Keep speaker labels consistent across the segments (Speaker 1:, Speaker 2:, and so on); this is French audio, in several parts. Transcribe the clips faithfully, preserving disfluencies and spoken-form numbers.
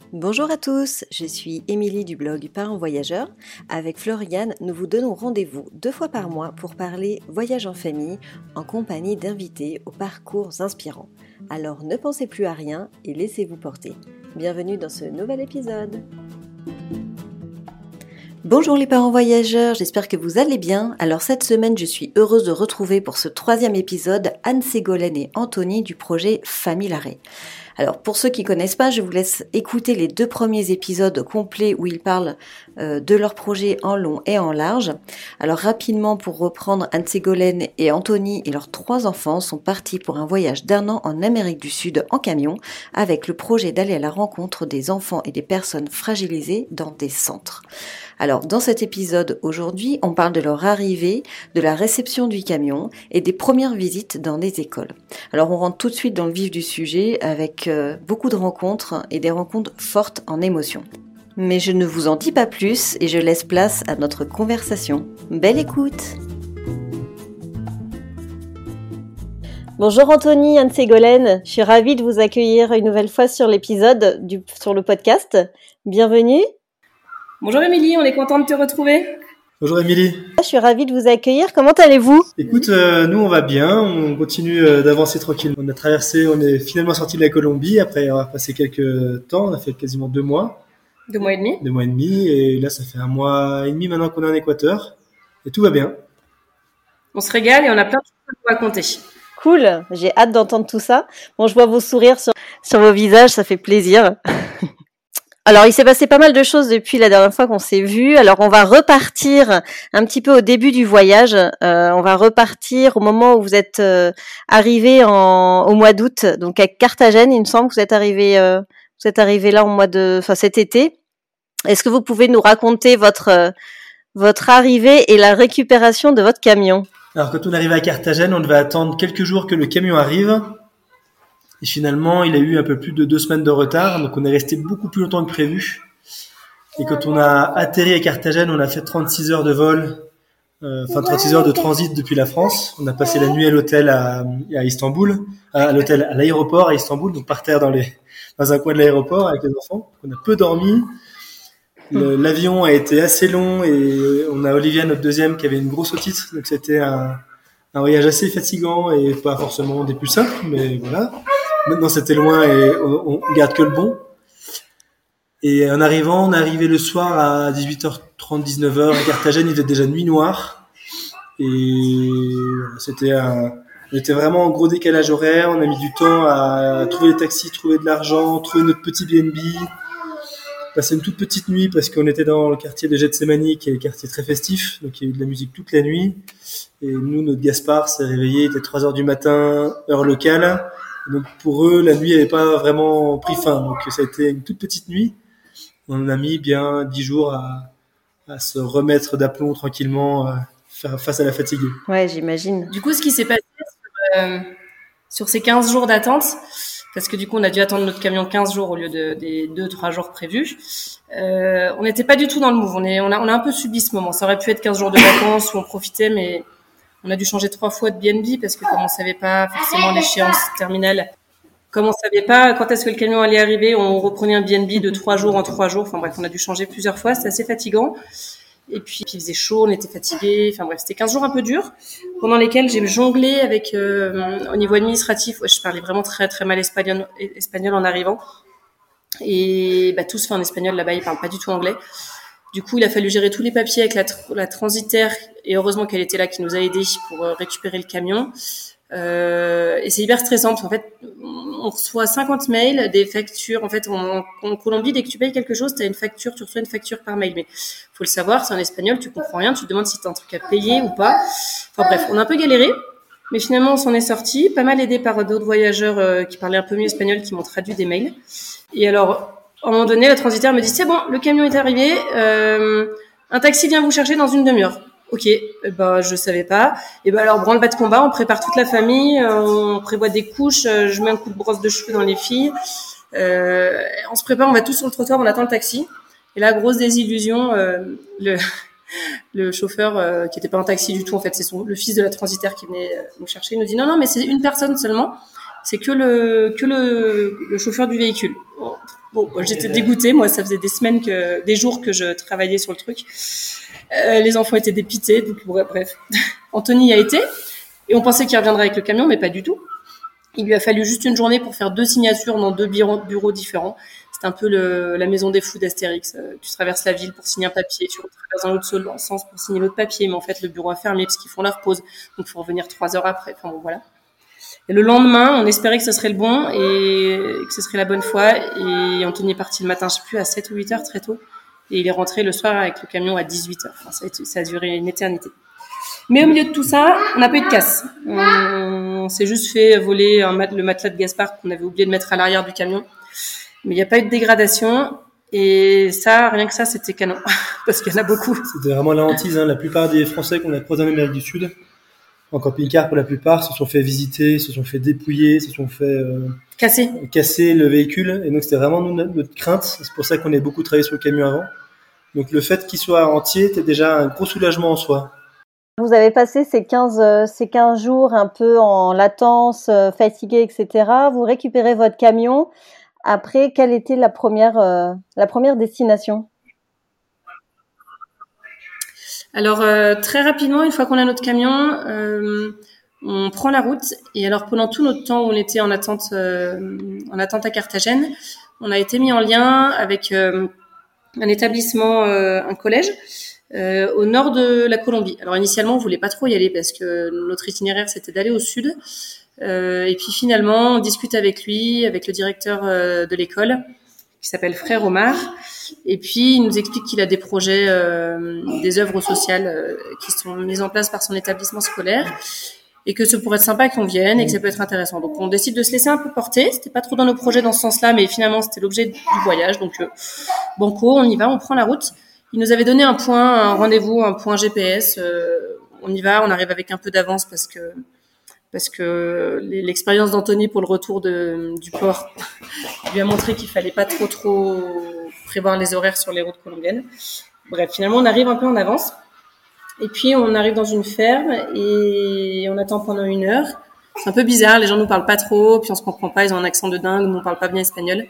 Speaker 1: Bonjour à tous, je suis Émilie du blog Parents Voyageurs. Avec Floriane, nous vous donnons rendez-vous deux fois par mois pour parler voyage en famille en compagnie d'invités aux parcours inspirants. Alors ne pensez plus à rien et laissez-vous porter. Bienvenue dans ce nouvel épisode. Bonjour les parents voyageurs, j'espère que vous allez bien. Alors cette semaine, je suis heureuse de retrouver pour ce troisième épisode Anne Ségolène et Anthony du projet Famille Larrey. Alors pour ceux qui connaissent pas, je vous laisse écouter les deux premiers épisodes complets où ils parlent euh, de leur projet en long et en large. Alors rapidement pour reprendre, Anne Ségolène et Anthony et leurs trois enfants sont partis pour un voyage d'un an en Amérique du Sud en camion avec le projet d'aller à la rencontre des enfants et des personnes fragilisées dans des centres. Alors dans cet épisode aujourd'hui, on parle de leur arrivée, de la réception du camion et des premières visites dans des écoles. Alors on rentre tout de suite dans le vif du sujet avec euh, beaucoup de rencontres et des rencontres fortes en émotion. Mais je ne vous en dis pas plus et je laisse place à notre conversation. Belle écoute! Bonjour Anthony, Anne Ségolène, je suis ravie de vous accueillir une nouvelle fois sur l'épisode, du, sur le podcast. Bienvenue!
Speaker 2: Bonjour Émilie, on est content de te retrouver.
Speaker 3: Bonjour Émilie.
Speaker 1: Je suis ravie de vous accueillir. Comment allez-vous ?
Speaker 3: Écoute, euh, nous on va bien, on continue euh, d'avancer tranquillement. On a traversé, on est finalement sorti de la Colombie après avoir passé quelques temps, on a fait quasiment deux mois.
Speaker 2: Deux mois et demi.
Speaker 3: Deux mois et demi, et là ça fait un mois et demi maintenant qu'on est en Équateur, et tout va bien.
Speaker 2: On se régale et on a plein de choses à vous raconter.
Speaker 1: Cool, j'ai hâte d'entendre tout ça. Bon, je vois vos sourires sur, sur vos visages, ça fait plaisir. Alors, il s'est passé pas mal de choses depuis la dernière fois qu'on s'est vu. Alors, on va repartir un petit peu au début du voyage. Euh, on va repartir au moment où vous êtes euh, arrivé en, au mois d'août, donc à Carthagène. Il me semble que vous êtes arrivé, euh, vous êtes arrivé là au mois de, enfin cet été. Est-ce que vous pouvez nous raconter votre euh, votre arrivée et la récupération de votre camion ?
Speaker 3: Alors, quand on est arrivé à Carthagène, on devait attendre quelques jours que le camion arrive. Et finalement, il a eu un peu plus de deux semaines de retard, donc on est resté beaucoup plus longtemps que prévu. Et quand on a atterri à Carthagène, on a fait trente-six heures de vol, euh, enfin trente-six heures de transit depuis la France. On a passé la nuit à l'hôtel à, à Istanbul, à l'hôtel à l'aéroport à Istanbul, donc par terre dans les dans un coin de l'aéroport avec les enfants. On a peu dormi. Le, l'avion a été assez long et on a Olivia, notre deuxième, qui avait une grosse otite, donc c'était un, un voyage assez fatigant et pas forcément des plus simples, mais voilà. Maintenant, c'était loin et on, on garde que le bon. Et en arrivant, on est arrivé le soir à dix-huit heures trente, dix-neuf heures à Carthagène. Il était déjà nuit noire. Et voilà, c'était un, on était vraiment en gros décalage horaire. On a mis du temps à trouver les taxis, trouver de l'argent, trouver notre petit B and B. Passer une toute petite nuit parce qu'on était dans le quartier de Getsemani, qui est un quartier très festif. Donc, il y a eu de la musique toute la nuit. Et nous, notre Gaspard s'est réveillé. Il était trois heures du matin, heure locale. Donc pour eux, la nuit n'avait pas vraiment pris fin. Donc ça a été une toute petite nuit. On a mis bien dix jours à, à se remettre d'aplomb tranquillement, euh, faire face à la fatigue.
Speaker 1: Ouais, j'imagine.
Speaker 2: Du coup, ce qui s'est passé sur, euh, sur ces quinze jours d'attente, parce que du coup, on a dû attendre notre camion quinze jours au lieu de, des deux trois jours prévus, euh, on n'était pas du tout dans le move. On, est, on, a, on a un peu subi ce moment. Ça aurait pu être quinze jours de vacances où on profitait, mais... On a dû changer trois fois de B and B parce que comme on savait pas forcément l'échéance terminale, comme on savait pas quand est-ce que le camion allait arriver, on reprenait un B and B de trois jours en trois jours. Enfin bref, on a dû changer plusieurs fois. C'était assez fatigant. Et puis, puis il faisait chaud, on était fatigués. Enfin bref, c'était quinze jours un peu durs pendant lesquels j'ai jonglé avec euh, au niveau administratif. Ouais, je parlais vraiment très très mal espagnol, espagnol en arrivant. Et bah tous fait en espagnol là-bas, ils parlent pas du tout anglais. Du coup, il a fallu gérer tous les papiers avec la, tr- la transitaire et heureusement qu'elle était là qui nous a aidés pour euh, récupérer le camion. Euh, et c'est hyper stressant parce qu'en fait, on reçoit cinquante mails, des factures. En fait, on, en Colombie, dès que tu payes quelque chose, tu as une facture, tu reçois une facture par mail. Mais faut le savoir, c'est en espagnol, tu comprends rien, tu te demandes si tu as un truc à payer ou pas. Enfin bref, on a un peu galéré, mais finalement, on s'en est sorti, pas mal aidé par d'autres voyageurs euh, qui parlaient un peu mieux espagnol, qui m'ont traduit des mails. Et alors... À un moment donné, la transitaire me dit « C'est bon, le camion est arrivé, euh, un taxi vient vous chercher dans une demi-heure. » Ok, eh ben, je savais pas. Et ben alors, branle-bas de combat, on prépare toute la famille, on prévoit des couches, je mets un coup de brosse de cheveux dans les filles. Euh, on se prépare, on va tous sur le trottoir, on attend le taxi. Et là, grosse désillusion, euh, le, le chauffeur, euh, qui était pas un taxi du tout, en fait, c'est son, le fils de la transitaire qui venait nous chercher, il nous dit « Non, non, mais c'est une personne seulement. » C'est que le que le, le chauffeur du véhicule. Bon, bon, j'étais dégoûtée. Moi, ça faisait des semaines que, des jours que je travaillais sur le truc. Euh, les enfants étaient dépités. Donc, bref. Anthony y a été. Et on pensait qu'il reviendrait avec le camion, mais pas du tout. Il lui a fallu juste une journée pour faire deux signatures dans deux bureaux, bureaux différents. C'est un peu le, la maison des fous d'Astérix. Euh, tu traverses la ville pour signer un papier, tu traverses dans l'autre sens pour signer l'autre papier, mais en fait, le bureau a fermé parce qu'ils font leur pause. Donc, il faut revenir trois heures après. Enfin, bon, voilà. Et le lendemain, on espérait que ce serait le bon et que ce serait la bonne fois. Et Anthony est parti le matin, je sais plus, à sept ou huit heures, très tôt. Et il est rentré le soir avec le camion à dix-huit heures. Enfin, ça a, été, ça a duré une éternité. Mais au milieu de tout ça, on n'a pas eu de casse. On, on s'est juste fait voler un mat- le matelas de Gaspard qu'on avait oublié de mettre à l'arrière du camion. Mais il n'y a pas eu de dégradation. Et ça, rien que ça, c'était canon. Parce qu'il y en a beaucoup.
Speaker 3: C'était vraiment la hantise. Hein. La plupart des Français qu'on a croisés en Amérique du Sud, en camping-car pour la plupart, se sont fait visiter, se sont fait dépouiller, se sont fait euh,
Speaker 2: casser.
Speaker 3: casser le véhicule. Et donc, c'était vraiment notre, notre crainte. C'est pour ça qu'on a beaucoup travaillé sur le camion avant. Donc, le fait qu'il soit entier était déjà un gros soulagement en soi.
Speaker 1: Vous avez passé ces quinze, euh, ces quinze jours un peu en latence, euh, fatigué, et cetera. Vous récupérez votre camion. Après, quelle était la première, euh, la première destination ?
Speaker 2: Alors, euh, très rapidement, une fois qu'on a notre camion, euh, on prend la route. Et alors, pendant tout notre temps où on était en attente, euh, en attente à Carthagène, on a été mis en lien avec euh, un établissement, euh, un collège, Euh, au nord de la Colombie. Alors initialement, on voulait pas trop y aller parce que notre itinéraire c'était d'aller au sud. Euh, et puis finalement, on discute avec lui, avec le directeur euh, de l'école, qui s'appelle Frère Omar. Et puis il nous explique qu'il a des projets, euh, des œuvres sociales euh, qui sont mises en place par son établissement scolaire, et que ça pourrait être sympa qu'on vienne et que ça peut être intéressant. Donc on décide de se laisser un peu porter. C'était pas trop dans nos projets dans ce sens-là, mais finalement c'était l'objet du voyage. Donc euh, banco, on y va, on prend la route. Il nous avait donné un point, un rendez-vous, un point G P S. Euh, on y va, on arrive avec un peu d'avance parce que parce que l'expérience d'Anthony pour le retour de, du port lui a montré qu'il fallait pas trop trop prévoir les horaires sur les routes colombiennes. Bref, finalement, on arrive un peu en avance. Et puis, on arrive dans une ferme et on attend pendant une heure. C'est un peu bizarre, les gens nous parlent pas trop, puis on se comprend pas, ils ont un accent de dingue, nous on parle pas bien espagnol.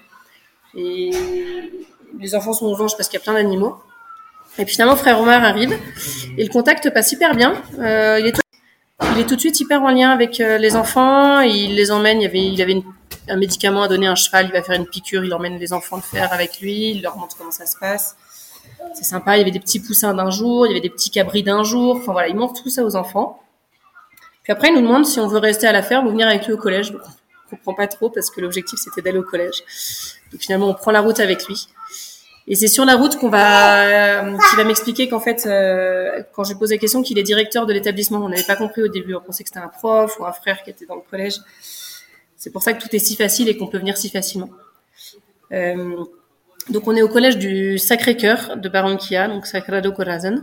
Speaker 2: Et les enfants sont aux anges parce qu'il y a plein d'animaux. Et puis finalement, Frère Omar arrive et le contact passe hyper bien. Euh, il, est tout, il est tout de suite hyper en lien avec euh, les enfants. Il les emmène. Il y avait, il avait une, un médicament à donner à un cheval. Il va faire une piqûre. Il emmène les enfants le faire avec lui. Il leur montre comment ça se passe. C'est sympa. Il y avait des petits poussins d'un jour. Il y avait des petits cabris d'un jour. Enfin voilà, il montre tout ça aux enfants. Puis après, il nous demande si on veut rester à la ferme ou venir avec lui au collège. Donc, on comprend pas trop parce que l'objectif c'était d'aller au collège. Donc finalement, on prend la route avec lui. Et c'est sur la route qu'on va, euh, qu'il va m'expliquer qu'en fait, euh, quand je lui pose la question, qu'il est directeur de l'établissement. On n'avait pas compris au début. On pensait que c'était un prof ou un frère qui était dans le collège. C'est pour ça que tout est si facile et qu'on peut venir si facilement. Euh, donc on est au collège du Sacré-Cœur de Barranquilla, donc Sagrado Corazón.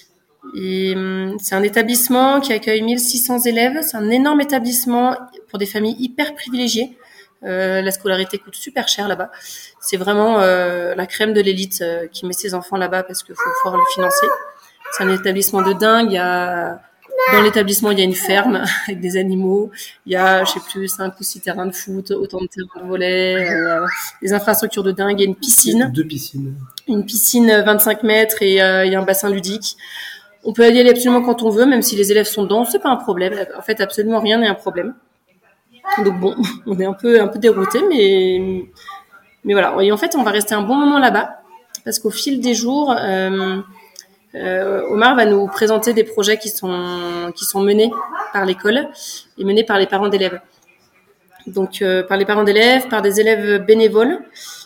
Speaker 2: Et euh, c'est un établissement qui accueille mille six cents élèves. C'est un énorme établissement pour des familles hyper privilégiées. Euh, la scolarité coûte super cher là-bas. C'est vraiment euh, la crème de l'élite euh, qui met ses enfants là-bas parce qu'il faut pouvoir le financer. C'est un établissement de dingue. Il y a dans l'établissement il y a une ferme avec des animaux. Il y a je sais plus cinq ou six terrains de foot, autant de terrains de volley, euh, des infrastructures de dingue. Il y a une piscine,
Speaker 3: deux piscines,
Speaker 2: une piscine vingt-cinq mètres et euh, il y a un bassin ludique. On peut y aller absolument quand on veut, même si les élèves sont dedans, c'est pas un problème. En fait, absolument rien n'est un problème. Donc bon, on est un peu un peu dérouté, mais mais voilà. Et en fait, on va rester un bon moment là-bas parce qu'au fil des jours, euh, euh, Omar va nous présenter des projets qui sont qui sont menés par l'école et menés par les parents d'élèves. Donc euh, par les parents d'élèves, par des élèves bénévoles,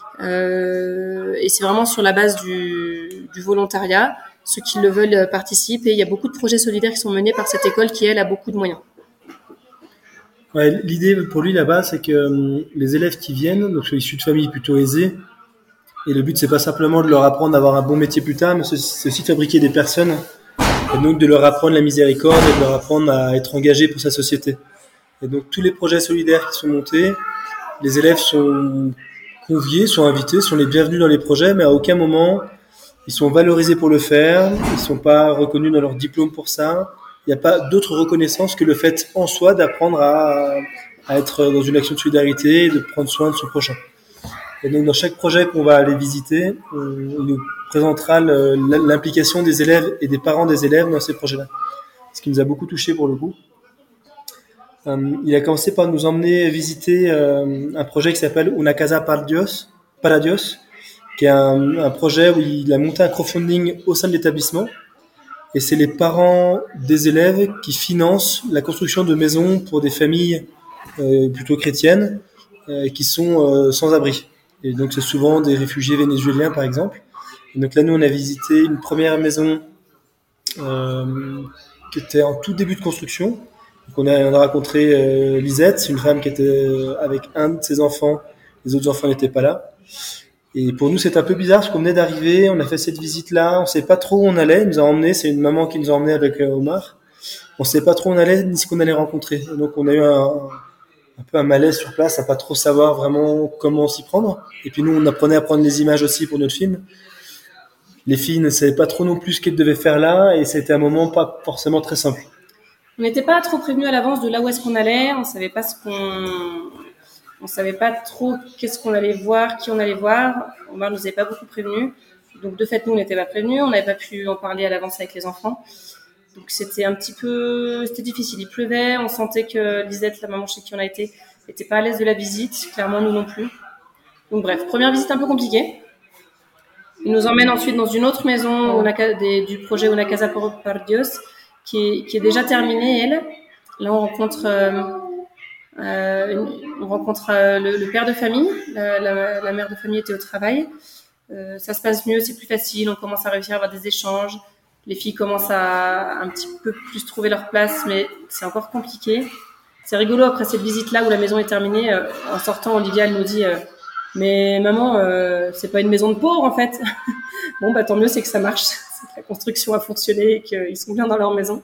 Speaker 2: euh, et c'est vraiment sur la base du, du volontariat. Ceux qui le veulent participent et il y a beaucoup de projets solidaires qui sont menés par cette école qui elle a beaucoup de moyens.
Speaker 3: Ouais, l'idée pour lui là-bas, c'est que euh, les élèves qui viennent, donc sont issus de familles plutôt aisées, et le but c'est pas simplement de leur apprendre à avoir un bon métier plus tard, mais c'est, c'est aussi de fabriquer des personnes, et donc de leur apprendre la miséricorde et de leur apprendre à être engagés pour sa société. Et donc tous les projets solidaires qui sont montés, les élèves sont conviés, sont invités, sont les bienvenus dans les projets, mais à aucun moment ils sont valorisés pour le faire, ils sont pas reconnus dans leur diplôme pour ça. Il n'y a pas d'autre reconnaissance que le fait en soi d'apprendre à, à être dans une action de solidarité et de prendre soin de son prochain. Et donc, dans chaque projet qu'on va aller visiter, on, il nous présentera le, l'implication des élèves et des parents des élèves dans ces projets-là. Ce qui nous a beaucoup touché pour le coup. Euh, il a commencé par nous emmener visiter euh, un projet qui s'appelle Una Casa para Dios, para Dios, qui est un, un projet où il a monté un crowdfunding au sein de l'établissement. Et c'est les parents des élèves qui financent la construction de maisons pour des familles euh, plutôt chrétiennes euh, qui sont euh, sans abri. Et donc c'est souvent des réfugiés vénézuéliens par exemple. Et donc là nous on a visité une première maison euh, qui était en tout début de construction. Donc on a, on a rencontré euh, Lisette, c'est une femme qui était avec un de ses enfants. Les autres enfants n'étaient pas là. Et pour nous, c'est un peu bizarre parce qu'on venait d'arriver, on a fait cette visite-là, on sait pas trop où on allait. Il nous a emmenés, c'est une maman qui nous a emmenés avec euh, Omar. On sait pas trop où on allait ni ce qu'on allait rencontrer. Et donc on a eu un, un peu un malaise sur place, à pas trop savoir vraiment comment s'y prendre. Et puis nous, on apprenait à prendre les images aussi pour notre film. Les filles ne savaient pas trop non plus ce qu'elles devaient faire là, et c'était un moment pas forcément très simple.
Speaker 2: On n'était pas trop prévenus à l'avance de là où est-ce qu'on allait, on savait pas ce qu'on... On savait pas trop qu'est-ce qu'on allait voir, qui on allait voir. Omar nous avait pas beaucoup prévenus. Donc, de fait, nous, on n'était pas prévenus. On n'avait pas pu en parler à l'avance avec les enfants. Donc, c'était un petit peu, c'était difficile. Il pleuvait. On sentait que Lisette, la maman chez qui on a été, était pas à l'aise de la visite. Clairement, nous non plus. Donc, bref, première visite un peu compliquée. Il nous emmène ensuite dans une autre maison des, du projet Una Casa para Dios, qui est, qui est déjà terminée, elle. Là, on rencontre, euh, Euh, on rencontre euh, le, le père de famille, la, la, la mère de famille était au travail. Euh, ça se passe mieux, c'est plus facile, on commence à réussir à avoir des échanges. Les filles commencent à un petit peu plus trouver leur place, mais c'est encore compliqué. C'est rigolo après cette visite-là où la maison est terminée. Euh, en sortant, Olivia elle nous dit euh, mais maman, euh, c'est pas une maison de pauvres en fait. Bon bah tant mieux, c'est que ça marche, c'est que la construction a fonctionné et qu'ils sont bien dans leur maison.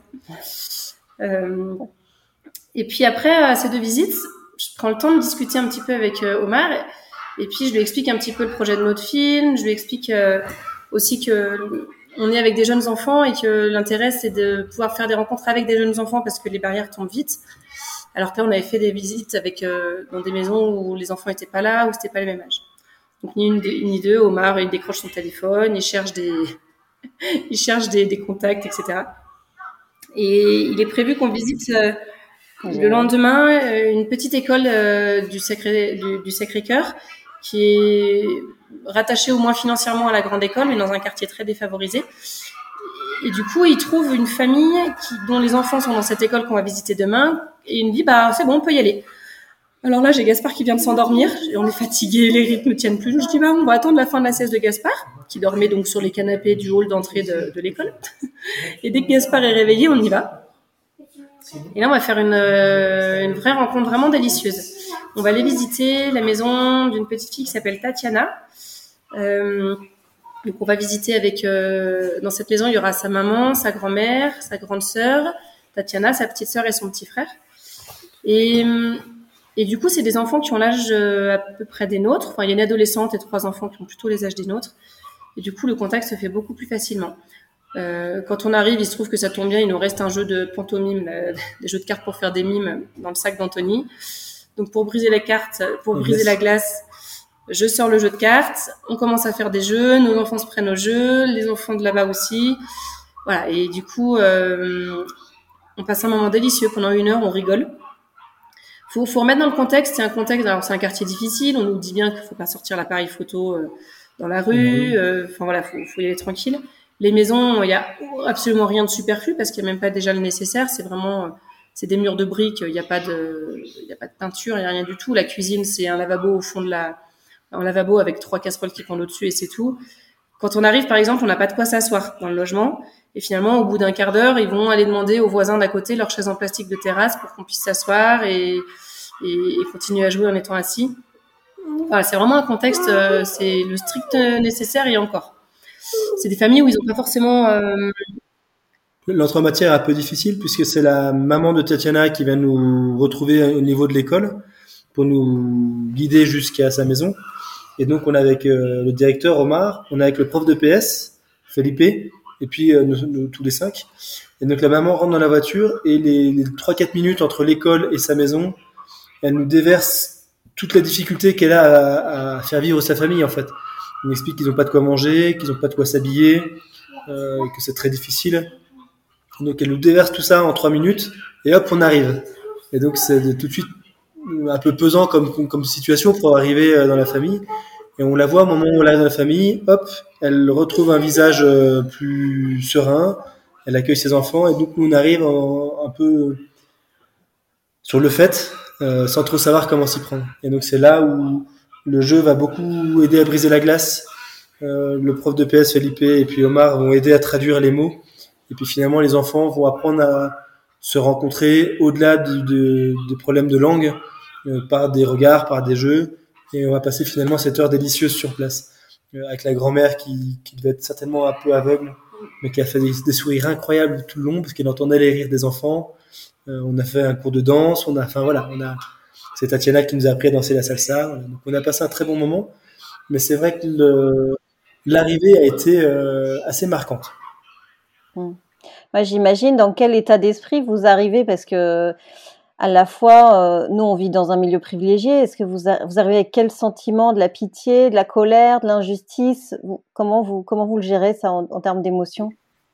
Speaker 2: Euh, bon. Et puis après euh, ces deux visites, je prends le temps de discuter un petit peu avec euh, Omar et, et puis je lui explique un petit peu le projet de notre film. Je lui explique euh, aussi que on est avec des jeunes enfants et que l'intérêt c'est de pouvoir faire des rencontres avec des jeunes enfants parce que les barrières tombent vite. Alors que là on avait fait des visites avec euh, dans des maisons où les enfants étaient pas là, où c'était pas le même âge. Donc ni une ni deux, Omar il décroche son téléphone, il cherche des il cherche des, des contacts, et cetera. Et il est prévu qu'on visite euh, le lendemain, une petite école euh, du, Sacré, du, du Sacré-Cœur qui est rattachée au moins financièrement à la grande école, mais dans un quartier très défavorisé. Et du coup, il trouve une famille qui, dont les enfants sont dans cette école qu'on va visiter demain, et il me dit bah c'est bon, on peut y aller. Alors là, j'ai Gaspard qui vient de s'endormir, et on est fatigué, les rythmes ne tiennent plus. Je dis bah on va attendre la fin de la sieste de Gaspard, qui dormait donc sur les canapés du hall d'entrée de, de l'école. Et dès que Gaspard est réveillé, on y va. Et là, on va faire une, une vraie rencontre vraiment délicieuse. On va aller visiter la maison d'une petite fille qui s'appelle Tatiana. Euh, donc, on va visiter avec... Euh, dans cette maison, il y aura sa maman, sa grand-mère, sa grande sœur, Tatiana, sa petite sœur et son petit frère. Et, et du coup, c'est des enfants qui ont l'âge à peu près des nôtres. Enfin, il y a une adolescente et trois enfants qui ont plutôt les âges des nôtres. Et du coup, le contact se fait beaucoup plus facilement. Euh, quand on arrive, il se trouve que ça tombe bien, il nous reste un jeu de pantomime, là, des jeux de cartes pour faire des mimes dans le sac d'Anthony. Donc pour briser la carte, pour briser la glace, je sors le jeu de cartes, on commence à faire des jeux, nos enfants se prennent au jeu, les enfants de là-bas aussi. Voilà, et du coup, euh, on passe un moment délicieux pendant une heure, on rigole. Faut, faut remettre dans le contexte, c'est un contexte, alors c'est un quartier difficile, on nous dit bien qu'il faut pas sortir l'appareil photo euh, dans la rue, enfin euh, voilà, faut, faut y aller tranquille. Les maisons, il y a absolument rien de superflu parce qu'il y a même pas déjà le nécessaire. C'est vraiment, c'est des murs de briques. Il y a pas de, il y a pas de peinture, il y a rien du tout. La cuisine, c'est un lavabo au fond de la, un lavabo avec trois casseroles qui pendent au-dessus et c'est tout. Quand on arrive, par exemple, on n'a pas de quoi s'asseoir dans le logement. Et finalement, au bout d'un quart d'heure, ils vont aller demander aux voisins d'à côté leur chaise en plastique de terrasse pour qu'on puisse s'asseoir et, et, et continuer à jouer en étant assis. Voilà, c'est vraiment un contexte, euh, c'est le strict nécessaire et encore. C'est des familles où ils n'ont pas forcément... Euh...
Speaker 3: L'entrée en matière est un peu difficile puisque c'est la maman de Tatiana qui va nous retrouver au niveau de l'école pour nous guider jusqu'à sa maison. Et donc, on est avec euh, le directeur Omar, on est avec le prof de P S, Felipe, et puis euh, nous, nous, tous les cinq. Et donc, la maman rentre dans la voiture et les, les trois quatre minutes entre l'école et sa maison, elle nous déverse toute la difficulté qu'elle a à, à faire vivre sa famille en fait. On explique qu'ils n'ont pas de quoi manger, qu'ils n'ont pas de quoi s'habiller, euh, que c'est très difficile. Donc elle nous déverse tout ça en trois minutes et hop on arrive. Et donc c'est de, tout de suite un peu pesant comme, comme situation pour arriver dans la famille. Et on la voit au moment où elle est dans la famille, hop, elle retrouve un visage euh, plus serein, elle accueille ses enfants et donc nous on arrive en, un peu sur le fait, euh, sans trop savoir comment s'y prendre. Et donc c'est là où le jeu va beaucoup aider à briser la glace. Euh, le prof de P S, Felipe et puis Omar vont aider à traduire les mots. Et puis finalement les enfants vont apprendre à se rencontrer au-delà de, de, de problèmes de langue, euh, par des regards, par des jeux. Et on va passer finalement cette heure délicieuse sur place, euh, avec la grand-mère qui, qui devait être certainement un peu aveugle, mais qui a fait des, des sourires incroyables tout le long parce qu'elle entendait les rires des enfants. Euh, on a fait un cours de danse, on a, enfin voilà, on a, c'est Tatiana qui nous a appris à danser la salsa. Voilà. Donc on a passé un très bon moment, mais c'est vrai que le, l'arrivée a été euh, assez marquante.
Speaker 1: Mmh. Moi, j'imagine dans quel état d'esprit vous arrivez parce que à la fois, euh, nous, on vit dans un milieu privilégié. Est-ce que vous, a, vous arrivez avec quel sentiment? De la pitié, de la colère, de l'injustice? vous, comment, vous, comment vous le gérez, ça, en, en termes d'émotion?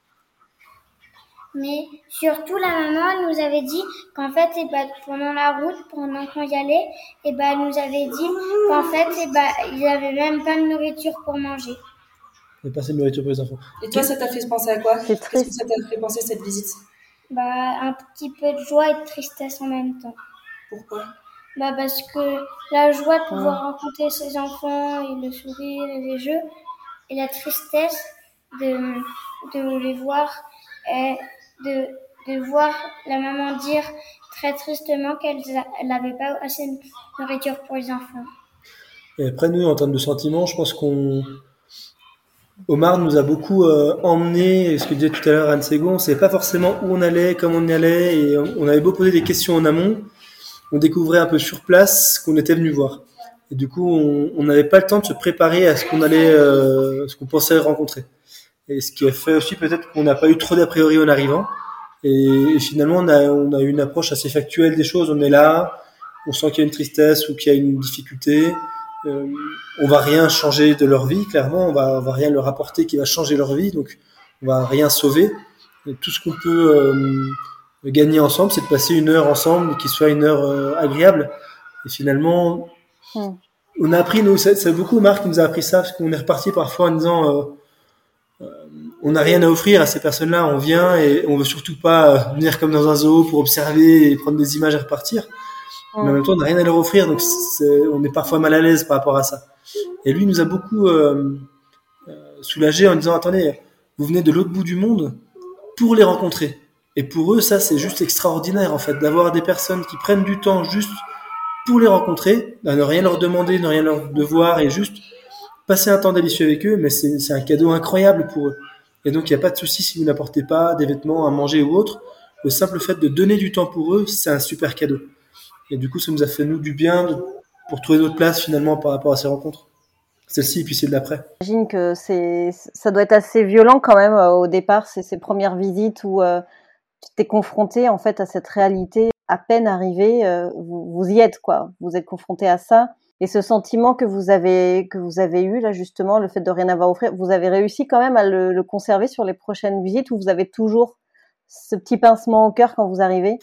Speaker 4: Mais surtout, la maman nous avait dit qu'en fait, eh ben, pendant la route, pendant qu'on y allait, eh ben, elle nous avait dit qu'en fait, eh ben, ils n'avaient même pas de nourriture pour manger.
Speaker 3: Il n'y a pas assez de nourriture pour les enfants.
Speaker 2: Et toi, ça t'a fait penser à quoi?
Speaker 1: C'est
Speaker 2: Qu'est-ce que ça t'a fait penser cette visite?
Speaker 4: Bah, un petit peu de joie et de tristesse en même temps.
Speaker 2: Pourquoi?
Speaker 4: Bah, parce que la joie de pouvoir ah. rencontrer ses enfants et le sourire et les jeux, et la tristesse de, de les voir et de, de voir la maman dire très tristement qu'elle n'avait pas assez de nourriture pour les enfants.
Speaker 3: Et après, nous, en termes de sentiments, je pense qu'on... Omar nous a beaucoup euh, emmené, ce que disait tout à l'heure Anne Ségon, on ne savait pas forcément où on allait, comment on y allait, et on, on avait beau poser des questions en amont, on découvrait un peu sur place ce qu'on était venu voir. Et du coup, on n'avait pas le temps de se préparer à ce qu'on allait, euh, ce qu'on pensait rencontrer. Et ce qui a fait aussi peut-être qu'on n'a pas eu trop d'a priori en arrivant. Et, et finalement, on a, on a eu une approche assez factuelle des choses. On est là, on sent qu'il y a une tristesse ou qu'il y a une difficulté. Euh, on va rien changer de leur vie, clairement. On va, on va rien leur apporter qui va changer leur vie. Donc, on va rien sauver. Et tout ce qu'on peut euh, gagner ensemble, c'est de passer une heure ensemble, qui soit une heure euh, agréable. Et finalement, mmh. on a appris, nous, c'est, c'est beaucoup Marc qui nous a appris ça, parce qu'on est reparti parfois en disant, euh, euh, on n'a rien à offrir à ces personnes-là. On vient et on veut surtout pas venir comme dans un zoo pour observer et prendre des images et repartir. Mais en même temps, on n'a rien à leur offrir, donc c'est, on est parfois mal à l'aise par rapport à ça. Et lui, il nous a beaucoup euh, euh, soulagés en disant, attendez, vous venez de l'autre bout du monde pour les rencontrer. Et pour eux, ça, c'est juste extraordinaire, en fait, d'avoir des personnes qui prennent du temps juste pour les rencontrer, à ne rien leur demander, ne rien leur devoir, et juste passer un temps délicieux avec eux, mais c'est, c'est un cadeau incroyable pour eux. Et donc, il n'y a pas de souci si vous n'apportez pas des vêtements à manger ou autre. Le simple fait de donner du temps pour eux, c'est un super cadeau. Et du coup, ça nous a fait, nous, du bien de, pour trouver notre place, finalement, par rapport à ces rencontres. Celle-ci, et puis c'est de l'après.
Speaker 1: J'imagine que c'est, ça doit être assez violent quand même euh, au départ, ces, ces premières visites où euh, tu t'es confronté, en fait, à cette réalité. À peine arrivé, euh, vous, vous y êtes, quoi. Vous êtes confronté à ça. Et ce sentiment que vous avez, que vous avez eu, là, justement, le fait de rien avoir à offrir, vous avez réussi quand même à le, le conserver sur les prochaines visites, ou vous avez toujours ce petit pincement au cœur quand vous arrivez?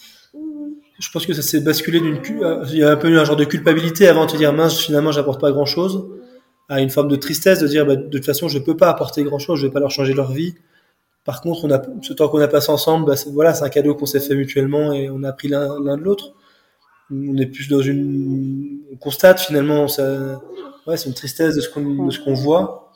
Speaker 3: Je pense que ça s'est basculé d'une, il y a un peu eu un genre de culpabilité avant de te dire, mince, finalement, j'apporte pas grand chose, à une forme de tristesse de dire, bah, de toute façon, je peux pas apporter grand chose, je vais pas leur changer leur vie. Par contre, on a, ce temps qu'on a passé ensemble, bah, c'est, voilà, c'est un cadeau qu'on s'est fait mutuellement et on a pris l'un, l'un de l'autre. On est plus dans une, on constate finalement, ça, ouais, c'est une tristesse de ce qu'on, de ce qu'on voit.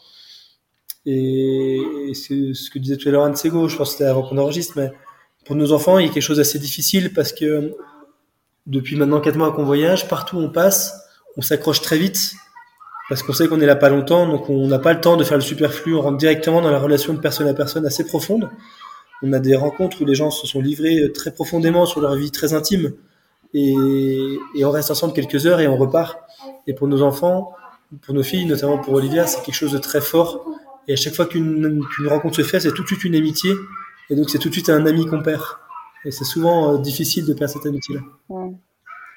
Speaker 3: Et, et c'est ce que disait tout à l'heure Anne Ségo, je pense que c'était avant qu'on enregistre, mais pour nos enfants, il y a quelque chose d'assez difficile parce que depuis maintenant quatre mois qu'on voyage, partout où on passe, on s'accroche très vite parce qu'on sait qu'on est là pas longtemps, donc on n'a pas le temps de faire le superflu, on rentre directement dans la relation de personne à personne assez profonde. On a des rencontres où les gens se sont livrés très profondément sur leur vie très intime et, et on reste ensemble quelques heures et on repart. Et pour nos enfants, pour nos filles, notamment pour Olivia, c'est quelque chose de très fort. Et à chaque fois qu'une, qu'une rencontre se fait, c'est tout de suite une amitié. Et donc, c'est tout de suite un ami qu'on perd. Et c'est souvent euh, difficile de perdre cette amitié-là.
Speaker 1: Ouais.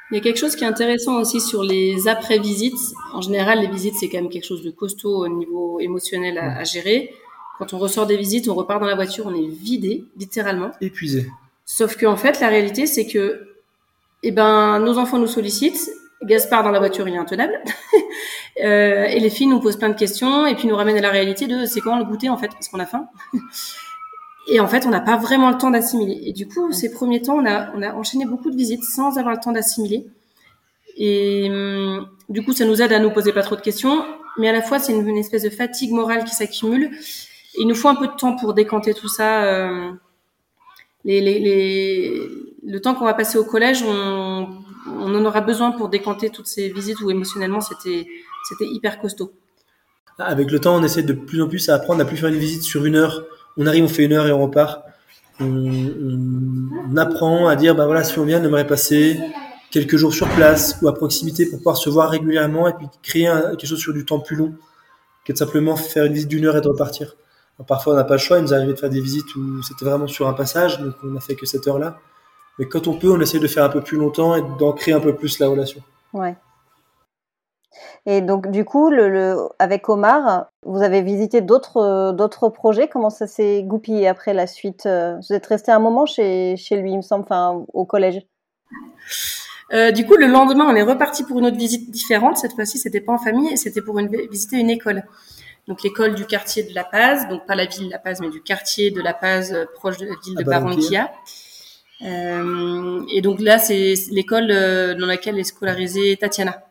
Speaker 2: Il y a quelque chose qui est intéressant aussi sur les après-visites. En général, les visites, c'est quand même quelque chose de costaud au niveau émotionnel à, à gérer. Quand on ressort des visites, on repart dans la voiture, on est vidé, littéralement.
Speaker 3: Épuisé.
Speaker 2: Sauf qu'en fait, la réalité, c'est que, eh ben, nos enfants nous sollicitent. Gaspard, dans la voiture, il est intenable. euh, et les filles nous posent plein de questions et puis nous ramènent à la réalité de c'est quand le goûter, en fait, parce qu'on a faim. Et en fait, on n'a pas vraiment le temps d'assimiler. Et du coup, ces premiers temps, on a, on a enchaîné beaucoup de visites sans avoir le temps d'assimiler. Et hum, du coup, ça nous aide à nous poser pas trop de questions. Mais à la fois, c'est une, une espèce de fatigue morale qui s'accumule. Et il nous faut un peu de temps pour décanter tout ça. Euh, les, les, les, le temps qu'on va passer au collège, on, on en aura besoin pour décanter toutes ces visites où émotionnellement, c'était, c'était hyper costaud.
Speaker 3: Avec le temps, on essaie de plus en plus à apprendre à plus faire une visite sur une heure. On arrive, on fait une heure et on repart. On, on, on apprend à dire, bah voilà, si on vient, on aimerait passer quelques jours sur place ou à proximité pour pouvoir se voir régulièrement et puis créer un, quelque chose sur du temps plus long que de simplement faire une visite d'une heure et de repartir. Alors, parfois, on n'a pas le choix. Il nous arrivait de faire des visites où c'était vraiment sur un passage, donc on n'a fait que cette heure-là. Mais quand on peut, on essaie de faire un peu plus longtemps et d'ancrer un peu plus la relation.
Speaker 1: Ouais. Et donc, du coup, le, le, avec Omar, vous avez visité d'autres, euh, d'autres projets. Comment ça s'est goupillé après la suite? Vous êtes resté un moment chez, chez lui, il me semble, enfin, au collège.
Speaker 2: Euh, du coup, le lendemain, on est reparti pour une autre visite différente. Cette fois-ci, c'était pas en famille, c'était pour une, visiter une école. Donc, l'école du quartier de La Paz, donc pas la ville de La Paz, mais du quartier de La Paz, euh, proche de la ville de Barranquilla. Euh, et donc là, c'est l'école euh, dans laquelle est scolarisée Tatiana.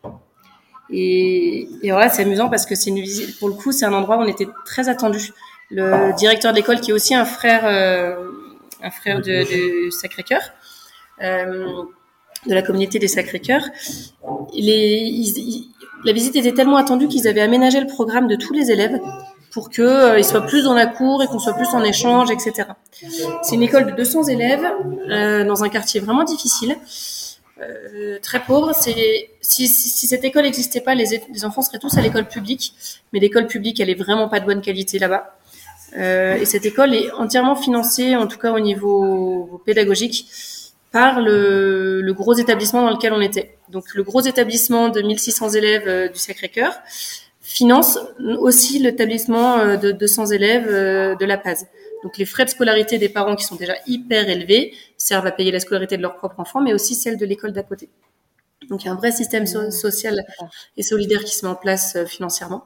Speaker 2: Et, et voilà, c'est amusant parce que c'est une visite. Pour le coup, c'est un endroit où on était très attendu. Le directeur de l'école, qui est aussi un frère, euh, un frère de, de Sacré-Cœur, euh, de la communauté des Sacré-Cœur. Les, ils, ils, la visite était tellement attendue qu'ils avaient aménagé le programme de tous les élèves pour qu'ils euh, soient plus dans la cour et qu'on soit plus en échange, et cetera. C'est une école de deux cents élèves euh, dans un quartier vraiment difficile. Euh, très pauvre. C'est si, si, si cette école n'existait pas, les, les enfants seraient tous à l'école publique, mais l'école publique, elle est vraiment pas de bonne qualité là-bas. Euh, et cette école est entièrement financée, en tout cas au niveau pédagogique, par le, le gros établissement dans lequel on était. Donc le gros établissement de mille six cents élèves euh, du Sacré-Cœur finance aussi l'établissement euh, de deux cents élèves euh, de La Paz. Donc les frais de scolarité des parents qui sont déjà hyper élevés servent à payer la scolarité de leurs propres enfants, mais aussi celle de l'école d'à côté. Donc il y a un vrai système so- social et solidaire qui se met en place euh, financièrement.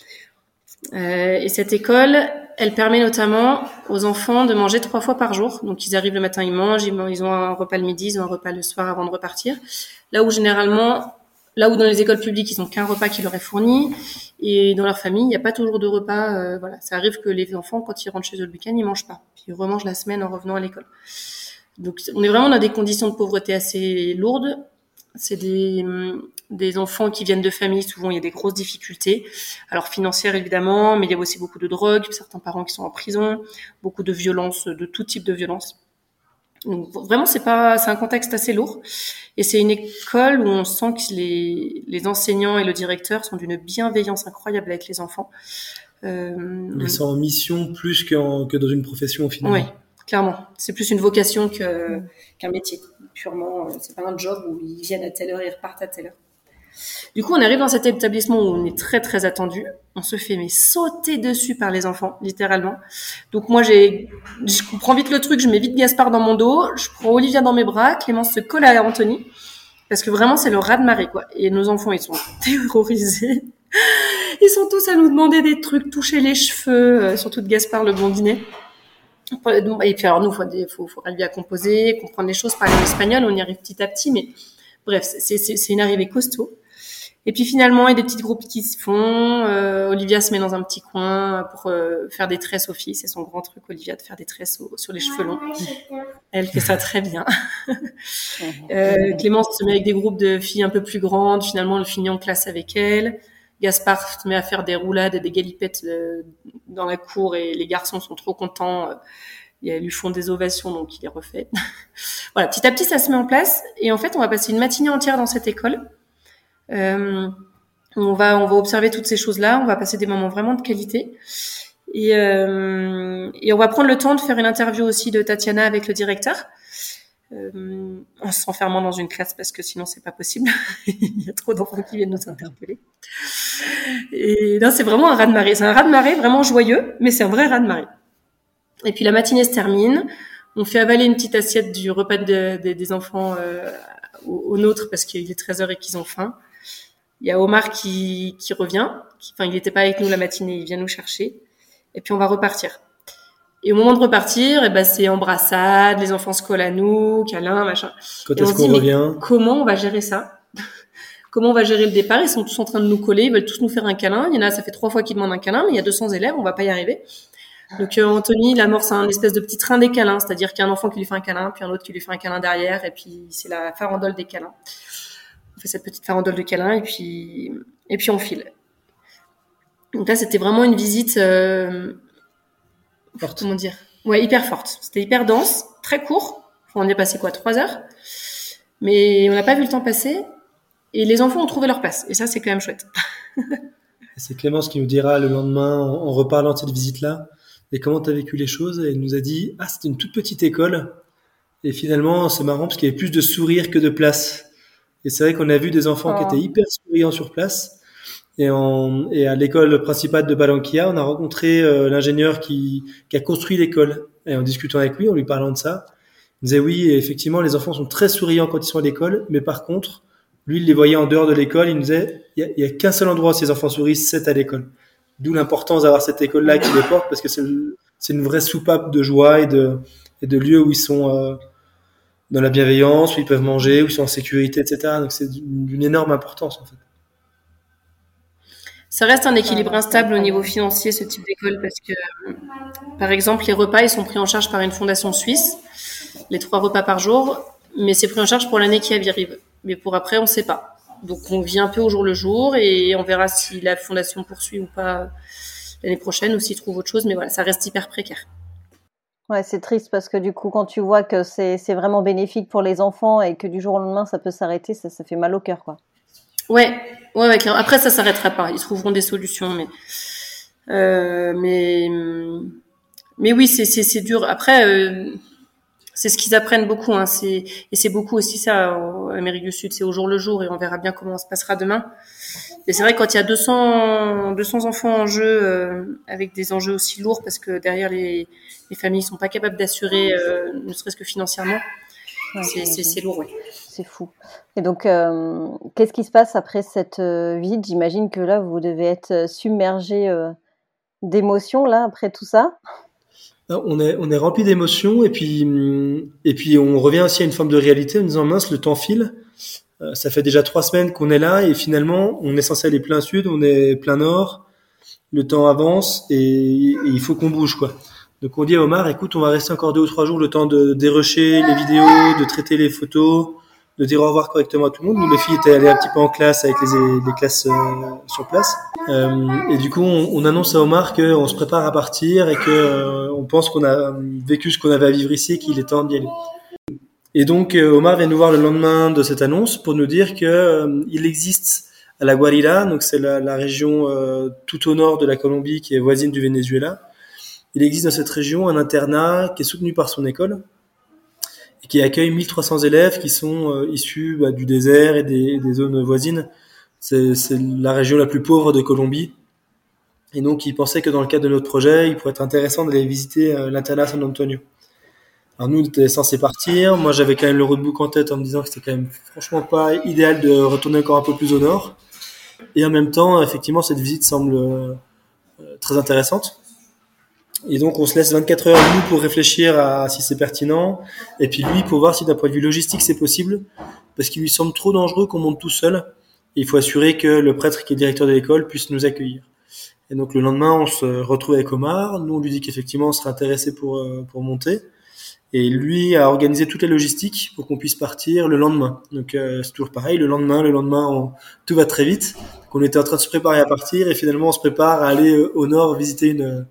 Speaker 2: Euh, et cette école, elle permet notamment aux enfants de manger trois fois par jour. Donc ils arrivent le matin, ils mangent, ils, ils ont un repas le midi, ils ont un repas le soir avant de repartir. Là où généralement, là où dans les écoles publiques, ils n'ont qu'un repas qui leur est fourni. Et dans leur famille, il n'y a pas toujours de repas. Euh, voilà, ça arrive que les enfants, quand ils rentrent chez eux le week-end, ils mangent pas. Puis ils remangent la semaine en revenant à l'école. Donc, on est vraiment dans des conditions de pauvreté assez lourdes. C'est des, des enfants qui viennent de familles, souvent il y a des grosses difficultés. Alors financières évidemment, mais il y a aussi beaucoup de drogue, certains parents qui sont en prison, beaucoup de violences, de tout type de violence. Donc vraiment, c'est pas, c'est un contexte assez lourd. Et c'est une école où on sent que les, les enseignants et le directeur sont d'une bienveillance incroyable avec les enfants.
Speaker 3: Euh, Ils sont en mission plus qu'en, que dans une profession au final.
Speaker 2: Oui, clairement. C'est plus une vocation que, qu'un métier. Purement, c'est pas un job où ils viennent à telle heure et ils repartent à telle heure. Du coup, on arrive dans cet établissement où on est très très attendu. On se fait mais sauter dessus par les enfants, littéralement. Donc moi, j'ai, je comprends vite le truc, je mets vite Gaspard dans mon dos, je prends Olivia dans mes bras, Clémence se colle à Anthony, parce que vraiment c'est le raz-de-marée quoi. Et nos enfants, ils sont terrorisés. Ils sont tous à nous demander des trucs, toucher les cheveux, euh, surtout de Gaspard le blondinet. Et puis alors nous, il faut, faut, faut arriver à composer, comprendre les choses, parler en espagnol, on y arrive petit à petit, mais bref, c'est, c'est, c'est une arrivée costaud. Et puis finalement, il y a des petits groupes qui se font. Euh, Olivia se met dans un petit coin pour euh, faire des tresses aux filles. C'est son grand truc, Olivia, de faire des tresses au, sur les cheveux longs. Elle fait ça très bien. euh, Clémence se met avec des groupes de filles un peu plus grandes. Finalement, elle finit en classe avec elle. Gaspard se met à faire des roulades et des galipettes euh, dans la cour et les garçons sont trop contents. Euh, ils lui font des ovations, donc il les refait. Voilà, petit à petit, ça se met en place. Et en fait, on va passer une matinée entière dans cette école. Euh, on va on va observer toutes ces choses-là, on va passer des moments vraiment de qualité et euh, et on va prendre le temps de faire une interview aussi de Tatiana avec le directeur. euh, en s'enfermant dans une classe parce que sinon c'est pas possible. Il y a trop d'enfants qui viennent nous interpeller. Et là, c'est vraiment un raz-de-marée. C'est un raz-de-marée vraiment joyeux, mais c'est un vrai raz-de-marée. Et puis la matinée se termine. On fait avaler une petite assiette du repas de, de, des enfants euh, aux, aux nôtres parce qu'il est treize heures et qu'ils ont faim. Il y a Omar qui, qui revient. Qui, enfin, il n'était pas avec nous la matinée, il vient nous chercher. Et puis on va repartir. Et au moment de repartir, eh ben, c'est embrassade, les enfants se collent à nous, câlins, machin.
Speaker 3: Quand
Speaker 2: et
Speaker 3: est-ce
Speaker 2: on
Speaker 3: qu'on
Speaker 2: se dit,
Speaker 3: revient?
Speaker 2: Comment on va gérer ça? Comment on va gérer le départ? Ils sont tous en train de nous coller, ils veulent tous nous faire un câlin. Il y en a, ça fait trois fois qu'ils demandent un câlin, mais il y a deux cents élèves, on va pas y arriver. Donc euh, Anthony, il amorce un espèce de petit train des câlins, c'est-à-dire qu'il y a un enfant qui lui fait un câlin, puis un autre qui lui fait un câlin derrière, et puis c'est la farandole des câlins. On fait cette petite farandole de câlins, et puis et puis on file. Donc là, c'était vraiment une visite, euh,
Speaker 3: Forte.
Speaker 2: comment dire, ouais, hyper forte. C'était hyper dense, très court. Enfin, on est passé quoi, trois heures, mais on n'a pas vu le temps passer. Et les enfants ont trouvé leur place, et ça, c'est quand même chouette.
Speaker 3: C'est Clémence qui nous dira le lendemain, en, en reparlant de cette visite-là, et comment tu as vécu les choses. Et elle nous a dit, ah, c'était une toute petite école. Et finalement, c'est marrant parce qu'il y avait plus de sourires que de place. Et c'est vrai qu'on a vu des enfants
Speaker 2: Oh.
Speaker 3: qui étaient hyper souriants sur place. Et, en, et à l'école principale de Balanquilla, on a rencontré euh, l'ingénieur qui, qui a construit l'école. Et en discutant avec lui, en lui parlant de ça, il disait oui, effectivement, les enfants sont très souriants quand ils sont à l'école, mais par contre, lui, il les voyait en dehors de l'école, il nous disait, il y a, il y a qu'un seul endroit où ces enfants sourient, c'est à l'école. D'où l'importance d'avoir cette école-là qui les porte, parce que c'est, c'est une vraie soupape de joie et de, et de lieux où ils sont euh, dans la bienveillance, où ils peuvent manger, où ils sont en sécurité, et cetera. Donc c'est d'une énorme importance, en fait.
Speaker 2: Ça reste un équilibre instable au niveau financier, ce type d'école, parce que, par exemple, les repas, ils sont pris en charge par une fondation suisse, les trois repas par jour, mais c'est pris en charge pour l'année qui arrive. Mais pour après, on sait pas. Donc, on vit un peu au jour le jour et on verra si la fondation poursuit ou pas l'année prochaine ou s'ils trouvent autre chose. Mais voilà, ça reste hyper précaire.
Speaker 1: Ouais, c'est triste parce que du coup, quand tu vois que c'est, c'est vraiment bénéfique pour les enfants et que du jour au lendemain, ça peut s'arrêter, ça, ça fait mal au cœur, quoi.
Speaker 2: Ouais, ouais, ouais, clairement. Après, ça s'arrêtera pas. Ils trouveront des solutions, mais, euh, mais, mais oui, c'est, c'est, c'est dur. Après, euh, c'est ce qu'ils apprennent beaucoup, hein. C'est, et c'est beaucoup aussi ça, en Amérique du Sud. C'est au jour le jour et on verra bien comment ça se passera demain. Mais c'est vrai, quand il y a deux cents, deux cents enfants en jeu, euh, avec des enjeux aussi lourds, parce que derrière les, les familles sont pas capables d'assurer, euh, ne serait-ce que financièrement,
Speaker 1: Ouais,
Speaker 2: c'est, c'est, c'est lourd, ouais.
Speaker 1: C'est fou. Et donc, euh, qu'est-ce qui se passe après cette euh, visite? J'imagine que là, vous devez être submergé euh, d'émotions, là, après tout ça.
Speaker 3: On est, on est rempli d'émotions et puis, et puis on revient aussi à une forme de réalité en disant mince, le temps file. Euh, ça fait déjà trois semaines qu'on est là et finalement, on est censé aller plein sud, on est plein nord. Le temps avance et, et il faut qu'on bouge, quoi. Donc on dit à Omar, écoute, on va rester encore deux ou trois jours le temps de dérocher les vidéos, de traiter les photos, de dire au revoir correctement à tout le monde. Nous, les filles étaient allées un petit peu en classe avec les, les classes euh, sur place. Euh, et du coup, on, on annonce à Omar qu'on se prépare à partir et que euh, on pense qu'on a vécu ce qu'on avait à vivre ici et qu'il est temps d'y aller. Et donc, euh, Omar vient nous voir le lendemain de cette annonce pour nous dire que euh, il existe à la Guarira, donc c'est la, la région euh, tout au nord de la Colombie qui est voisine du Venezuela. Il existe dans cette région un internat qui est soutenu par son école et qui accueille mille trois cents élèves qui sont euh, issus bah, du désert et des, des zones voisines. C'est, c'est la région la plus pauvre de Colombie. Et donc, il pensait que dans le cadre de notre projet, il pourrait être intéressant d'aller visiter euh, l'internat San Antonio. Alors nous, on était censés partir. Moi, j'avais quand même le roadbook en tête en me disant que c'était quand même franchement pas idéal de retourner encore un peu plus au nord. Et en même temps, effectivement, cette visite semble euh, très intéressante. Et donc, on se laisse vingt-quatre heures, nous, pour réfléchir à si c'est pertinent. Et puis lui, pour voir si d'un point de vue logistique, c'est possible. Parce qu'il lui semble trop dangereux qu'on monte tout seul. Et il faut assurer que le prêtre qui est directeur de l'école puisse nous accueillir. Et donc, le lendemain, on se retrouve avec Omar. Nous, on lui dit qu'effectivement, on serait intéressé pour, euh, pour monter. Et lui a organisé toute la logistique pour qu'on puisse partir le lendemain. Donc, euh, c'est toujours pareil. Le lendemain, le lendemain, on, tout va très vite. Donc, on était en train de se préparer à partir. Et finalement, on se prépare à aller euh, au nord visiter une...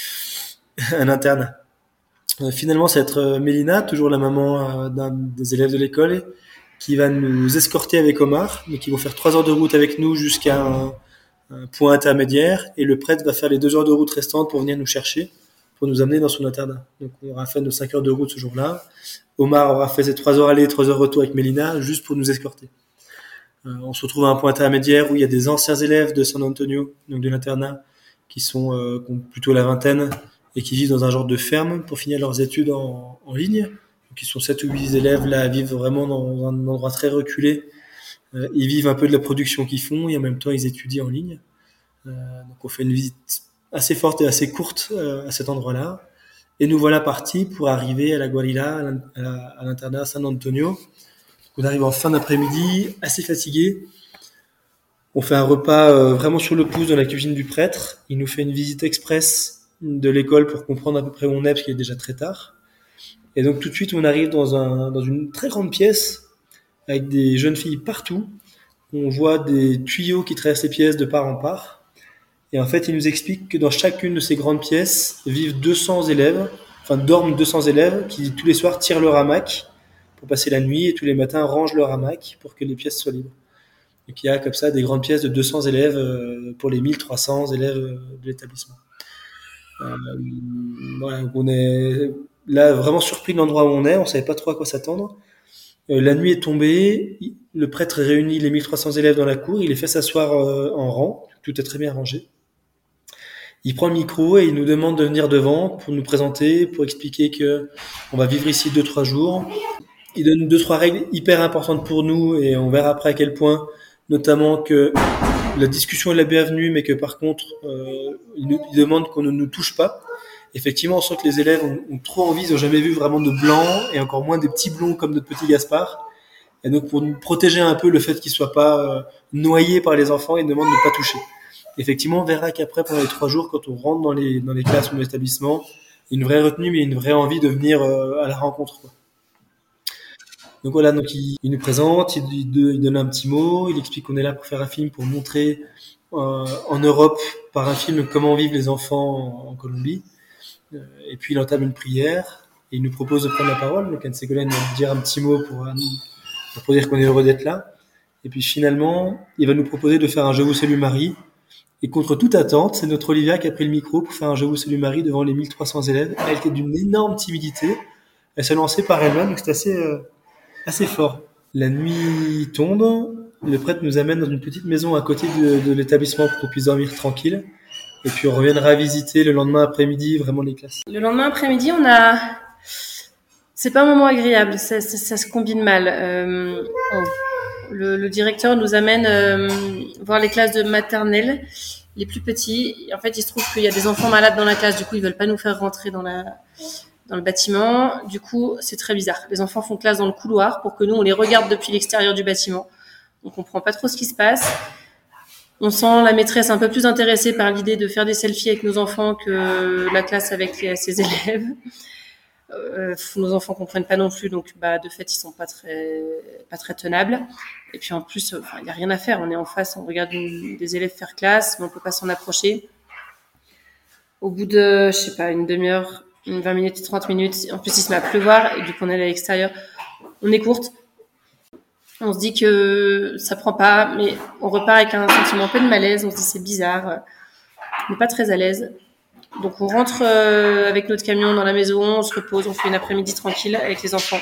Speaker 3: un internat. Euh, finalement, ça va être euh, Mélina, toujours la maman euh, d'un des élèves de l'école, qui va nous escorter avec Omar, mais qui vont faire trois heures de route avec nous jusqu'à un, un point intermédiaire, et le prêtre va faire les deux heures de route restantes pour venir nous chercher, pour pour nous amener dans son internat. Donc on aura fait nos cinq heures de route ce jour-là. Omar aura fait ses trois heures aller, trois heures retour avec Mélina, juste pour nous escorter. Euh, on se retrouve à un point intermédiaire où il y a des anciens élèves de San Antonio, donc de l'internat, qui sont euh, qui ont plutôt la vingtaine et qui vivent dans un genre de ferme pour finir leurs études en, en ligne. Donc ils sont sept ou huit élèves là à vivre vraiment dans un endroit très reculé. Euh, ils vivent un peu de la production qu'ils font et en même temps ils étudient en ligne. Euh, donc on fait une visite assez forte et assez courte euh, à cet endroit-là. Et nous voilà partis pour arriver à la Guarilla, à, la, à l'internat San Antonio. On arrive en fin d'après-midi, assez fatigué. On fait un repas euh, vraiment sur le pouce dans la cuisine du prêtre. Il nous fait une visite express de l'école pour comprendre à peu près où on est, parce qu'il est déjà très tard. Et donc tout de suite, on arrive dans, un, dans une très grande pièce avec des jeunes filles partout. On voit des tuyaux qui traversent les pièces de part en part. Et en fait, il nous explique que dans chacune de ces grandes pièces vivent deux cents élèves, enfin dorment deux cents élèves qui tous les soirs tirent leur hamac pour passer la nuit et tous les matins rangent leur hamac pour que les pièces soient libres. Donc il y a comme ça des grandes pièces de deux cents élèves pour les mille trois cents élèves de l'établissement. Euh, voilà, on est là vraiment surpris de l'endroit où on est, on savait pas trop à quoi s'attendre. Euh, la nuit est tombée, le prêtre réunit les mille trois cents élèves dans la cour, il les fait s'asseoir euh, en rang, tout est très bien rangé. Il prend le micro et il nous demande de venir devant pour nous présenter, pour expliquer que on va vivre ici deux trois jours. Il donne deux trois règles hyper importantes pour nous et on verra après à quel point, notamment que la discussion est la bienvenue, mais que par contre, euh, il nous il demande qu'on ne nous touche pas. Effectivement, on sent que les élèves ont, ont trop envie, ils n'ont jamais vu vraiment de blancs et encore moins des petits blonds comme notre petit Gaspard. Et donc pour nous protéger un peu le fait qu'ils soient pas euh, noyés par les enfants, ils nous demandent de ne pas toucher. Effectivement, on verra qu'après, pendant les trois jours, quand on rentre dans les, dans les classes ou dans l'établissement, il y a une vraie retenue, mais une vraie envie de venir euh, à la rencontre, quoi. Donc voilà, donc il, il nous présente, il, il, il donne un petit mot, il explique qu'on est là pour faire un film, pour montrer euh, en Europe, par un film, comment vivent les enfants en, en Colombie. Euh, et puis il entame une prière, et il nous propose de prendre la parole. Donc Anne Ségolène va nous dire un petit mot pour, pour dire qu'on est heureux d'être là. Et puis finalement, il va nous proposer de faire un « Je vous salue Marie ». Et contre toute attente, c'est notre Olivia qui a pris le micro pour faire un « Je vous salue Marie » devant les mille trois cents élèves. Elle qui est d'une énorme timidité. Elle s'est lancée par elle-même, donc c'est assez, euh, assez fort. La nuit tombe. Le prêtre nous amène dans une petite maison à côté de, de l'établissement pour qu'on puisse dormir tranquille. Et puis on reviendra visiter le lendemain après-midi vraiment les classes.
Speaker 2: Le lendemain après-midi, on a... C'est pas un moment agréable, ça, ça, ça se combine mal. Euh, on... Le, le directeur nous amène euh, voir les classes de maternelle, les plus petits. Et en fait, il se trouve qu'il y a des enfants malades dans la classe. Du coup, ils veulent pas nous faire rentrer dans la dans le bâtiment. Du coup, c'est très bizarre. Les enfants font classe dans le couloir pour que nous, on les regarde depuis l'extérieur du bâtiment. On comprend pas trop ce qui se passe. On sent la maîtresse un peu plus intéressée par l'idée de faire des selfies avec nos enfants que la classe avec les, ses élèves. Euh, nos enfants comprennent pas non plus, donc bah de fait ils sont pas très pas très tenables. Et puis en plus, il enfin, y a rien à faire. On est en face, on regarde une, des élèves faire classe, mais on peut pas s'en approcher. Au bout de, je sais pas, une demi-heure, une vingt minutes, trente minutes. En plus, il se met à pleuvoir et du coup on est à l'extérieur. On est courte. On se dit que ça prend pas, mais on repart avec un sentiment un peu de malaise. On se dit c'est bizarre. On n'est pas très à l'aise. Donc on rentre euh, avec notre camion dans la maison, on se repose, on fait une après-midi tranquille avec les enfants.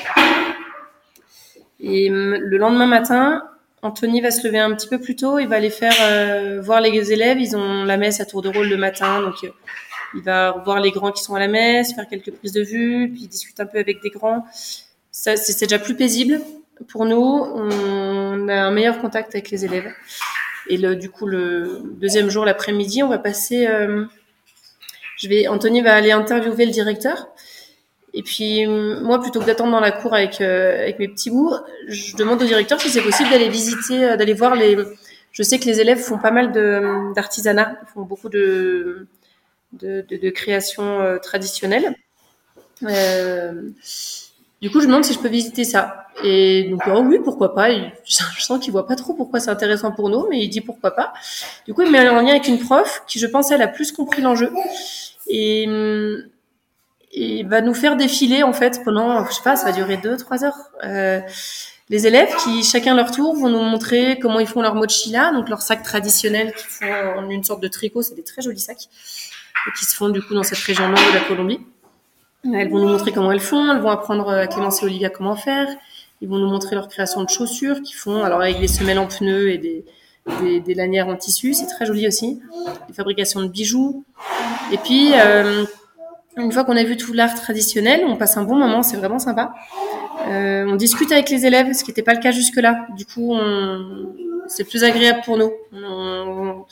Speaker 2: Et euh, le lendemain matin, Anthony va se lever un petit peu plus tôt, il va aller faire euh, voir les élèves, ils ont la messe à tour de rôle le matin, donc euh, il va voir les grands qui sont à la messe, faire quelques prises de vue, puis il discute un peu avec des grands. Ça, c'est, c'est déjà plus paisible pour nous, on a un meilleur contact avec les élèves. Et le, du coup, le deuxième jour, l'après-midi, on va passer... Euh, Je vais, Anthony va aller interviewer le directeur. Et puis, moi, plutôt que d'attendre dans la cour avec, euh, avec mes petits bouts, je demande au directeur si c'est possible d'aller visiter, euh, d'aller voir les, je sais que les élèves font pas mal de, d'artisanat, ils font beaucoup de, de, de, de créations euh, traditionnelles. Euh, du coup, je me demande si je peux visiter ça. Et donc, oh oui, pourquoi pas. Il, je sens qu'il voit pas trop pourquoi c'est intéressant pour nous, mais il dit pourquoi pas. Du coup, il me met en lien avec une prof qui, je pense, elle a plus compris l'enjeu. Et, et va nous faire défiler, en fait, pendant, je sais pas, ça va durer deux, trois heures. Euh, les élèves qui, chacun leur tour, vont nous montrer comment ils font leur mochila, donc leur sac traditionnel qu'ils font en une sorte de tricot, c'est des très jolis sacs. qui se font du coup dans cette région nord de la Colombie. Elles vont nous montrer comment elles font, elles vont apprendre à Clémence et Olivia comment faire. Ils vont nous montrer leur création de chaussures qu'ils font, alors avec des semelles en pneus et des, des, des lanières en tissu, c'est très joli aussi. Des fabrications de bijoux. Et puis, euh, une fois qu'on a vu tout l'art traditionnel, on passe un bon moment, c'est vraiment sympa. Euh, on discute avec les élèves, ce qui n'était pas le cas jusque-là. Du coup, on, c'est plus agréable pour nous. On,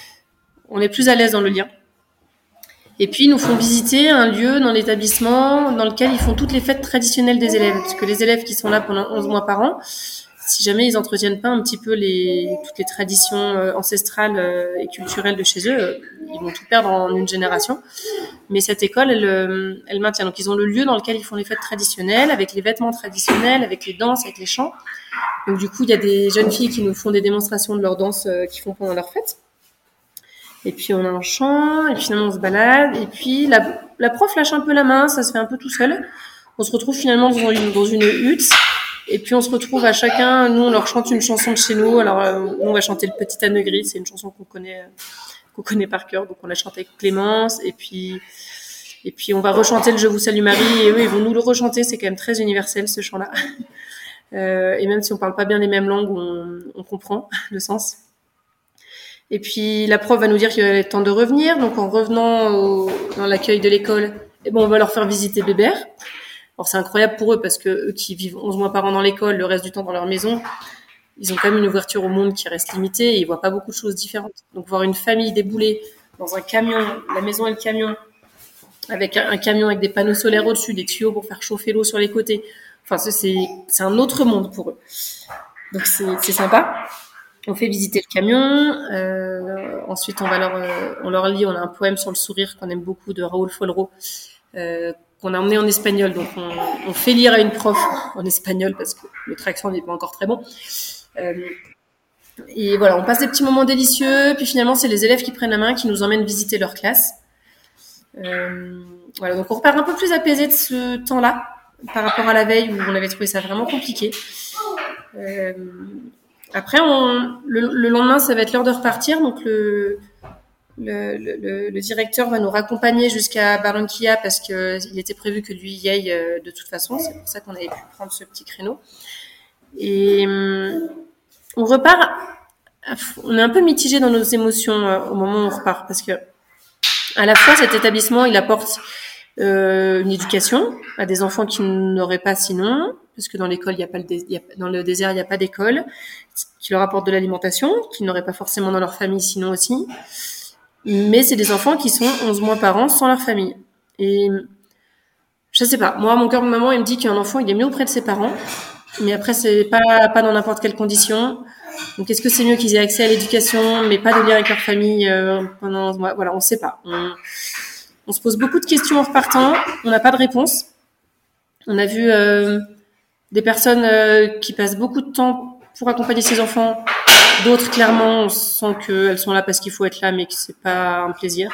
Speaker 2: on est plus à l'aise dans le lien. Et puis, ils nous font visiter un lieu dans l'établissement dans lequel ils font toutes les fêtes traditionnelles des élèves. Parce que les élèves qui sont là pendant onze mois par an, si jamais ils entretiennent pas un petit peu les, toutes les traditions ancestrales et culturelles de chez eux, ils vont tout perdre en une génération. Mais cette école, elle, elle maintient. Donc, ils ont le lieu dans lequel ils font les fêtes traditionnelles, avec les vêtements traditionnels, avec les danses, avec les chants. Donc, du coup, il y a des jeunes filles qui nous font des démonstrations de leur danse qu'ils font pendant leurs fêtes. Et puis, on a un chant, et puis finalement, on se balade. Et puis, la, la prof lâche un peu la main, ça se fait un peu tout seul. On se retrouve finalement dans une, dans une hutte. Et puis, on se retrouve à chacun, nous, on leur chante une chanson de chez nous. Alors, euh, nous, on va chanter Le Petit Âne Gris. C'est une chanson qu'on connaît, qu'on connaît par cœur. Donc, on la chante avec Clémence. Et puis, et puis, on va rechanter le Je vous salue Marie. Et eux, ils vont nous le rechanter. C'est quand même très universel, ce chant-là. Euh, et même si on parle pas bien les mêmes langues, on, on comprend le sens. Et puis, la prof va nous dire qu'il va être temps de revenir. Donc, en revenant au, dans l'accueil de l'école, eh ben, on va leur faire visiter Bébert. Alors, c'est incroyable pour eux parce que eux qui vivent onze mois par an dans l'école, le reste du temps dans leur maison, ils ont quand même une ouverture au monde qui reste limitée et ils voient pas beaucoup de choses différentes. Donc, voir une famille débouler dans un camion, la maison et le camion, avec un, un camion avec des panneaux solaires au-dessus, des tuyaux pour faire chauffer l'eau sur les côtés. Enfin, c'est, c'est, c'est un autre monde pour eux. Donc, c'est, c'est sympa. On fait visiter le camion. Euh, ensuite, on va leur, euh, on leur lit. On a un poème sur le sourire qu'on aime beaucoup de Raoul Follereau, euh, qu'on a emmené en espagnol. Donc, on, on fait lire à une prof en espagnol parce que le traction n'est pas encore très bon. Euh, et voilà, on passe des petits moments délicieux. Puis finalement, c'est les élèves qui prennent la main, qui nous emmènent visiter leur classe. Euh, voilà, donc on repart un peu plus apaisé de ce temps-là par rapport à la veille où on avait trouvé ça vraiment compliqué. Euh, Après, on, le, le lendemain, ça va être l'heure de repartir. Donc, le, le, le, le directeur va nous raccompagner jusqu'à Barranquilla parce qu'il était prévu que lui y aille euh, de toute façon. C'est pour ça qu'on avait pu prendre ce petit créneau. Et euh, on repart. On est un peu mitigé dans nos émotions euh, au moment où on repart parce que à la fois, cet établissement, il apporte euh, une éducation à des enfants qui n'auraient pas sinon. Parce que dans l'école, il y a pas le dé- il y a, dans le désert, il n'y a pas d'école, qui leur apporte de l'alimentation, qu'ils n'auraient pas forcément dans leur famille sinon aussi. Mais c'est des enfants qui sont onze mois par an sans leur famille. Et je sais pas, moi, mon cœur de maman, il me dit qu'un enfant, il est mieux auprès de ses parents. Mais après, c'est pas, pas dans n'importe quelle condition. Donc, est-ce que c'est mieux qu'ils aient accès à l'éducation, mais pas de lien avec leur famille euh, pendant onze mois? Voilà, on sait pas. On, on se pose beaucoup de questions en repartant. On n'a pas de réponse. On a vu... Euh, des personnes euh, qui passent beaucoup de temps pour accompagner ces enfants. D'autres, clairement, on sent qu'elles sont là parce qu'il faut être là, mais que c'est pas un plaisir.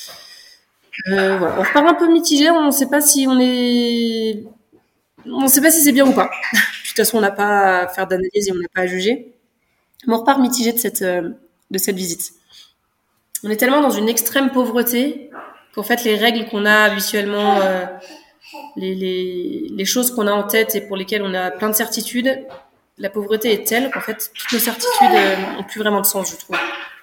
Speaker 2: Euh, voilà. On repart un peu mitigé. On ne sait pas si on est, on ne sait pas si c'est bien ou pas. De toute façon, on n'a pas à faire d'analyse et on n'a pas à juger. Mais on repart mitigé de cette, euh, de cette visite. On est tellement dans une extrême pauvreté qu'en fait, les règles qu'on a habituellement, euh, Les, les, les choses qu'on a en tête et pour lesquelles on a plein de certitudes, la pauvreté est telle qu'en fait, toutes nos certitudes euh, n'ont plus vraiment de sens, je trouve.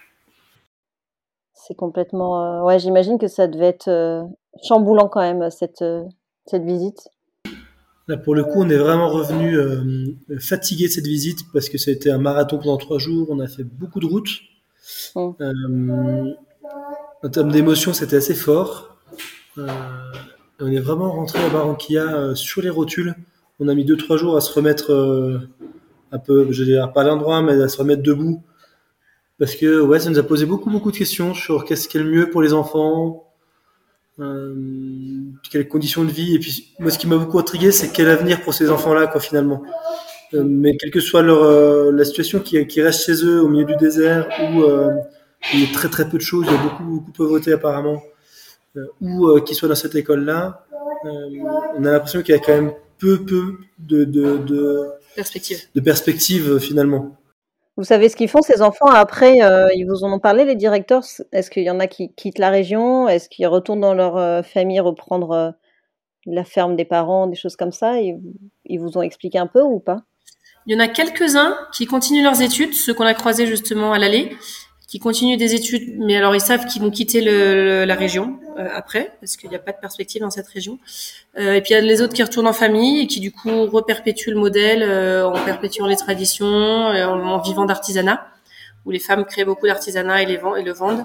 Speaker 1: C'est complètement... Euh... Ouais, j'imagine que ça devait être euh, chamboulant quand même, cette, euh, cette visite.
Speaker 3: Là, pour le coup, on est vraiment revenu euh, fatigué de cette visite parce que ça a été un marathon pendant trois jours. On a fait beaucoup de routes. Mmh. Euh, en termes d'émotion, c'était assez fort. Euh, On est vraiment rentré à Barranquilla euh, sur les rotules. On a mis deux trois jours à se remettre euh, un peu, je veux dire pas à l'endroit, mais à se remettre debout, parce que ouais, ça nous a posé beaucoup beaucoup de questions sur qu'est-ce qui est le mieux pour les enfants, euh, quelles conditions de vie. Et puis moi, ce qui m'a beaucoup intrigué, c'est quel avenir pour ces enfants-là, quoi, finalement. Euh, mais quelle que soit leur euh, la situation qui, qui reste chez eux au milieu du désert, où euh, il y a très très peu de choses, il y a beaucoup beaucoup de pauvreté apparemment. Euh, ou euh, qu'ils soient dans cette école-là, euh, on a l'impression qu'il y a quand même peu, peu de, de, de
Speaker 2: perspective.
Speaker 3: De perspective euh, finalement.
Speaker 1: Vous savez ce qu'ils font, ces enfants, après, euh, ils vous en ont parlé, les directeurs? Est-ce qu'il y en a qui quittent la région? Est-ce qu'ils retournent dans leur euh, famille reprendre euh, la ferme des parents, des choses comme ça? Ils, ils vous ont expliqué un peu ou pas?
Speaker 2: Il y en a quelques-uns qui continuent leurs études, ceux qu'on a croisés justement à l'allée, qui continuent des études, mais alors ils savent qu'ils vont quitter le, le, la région euh, après, parce qu'il n'y a pas de perspective dans cette région. Euh, et puis il y a les autres qui retournent en famille et qui du coup reperpétuent le modèle euh, en perpétuant les traditions, euh, en, en vivant d'artisanat, où les femmes créent beaucoup d'artisanat et, les vend, et le vendent.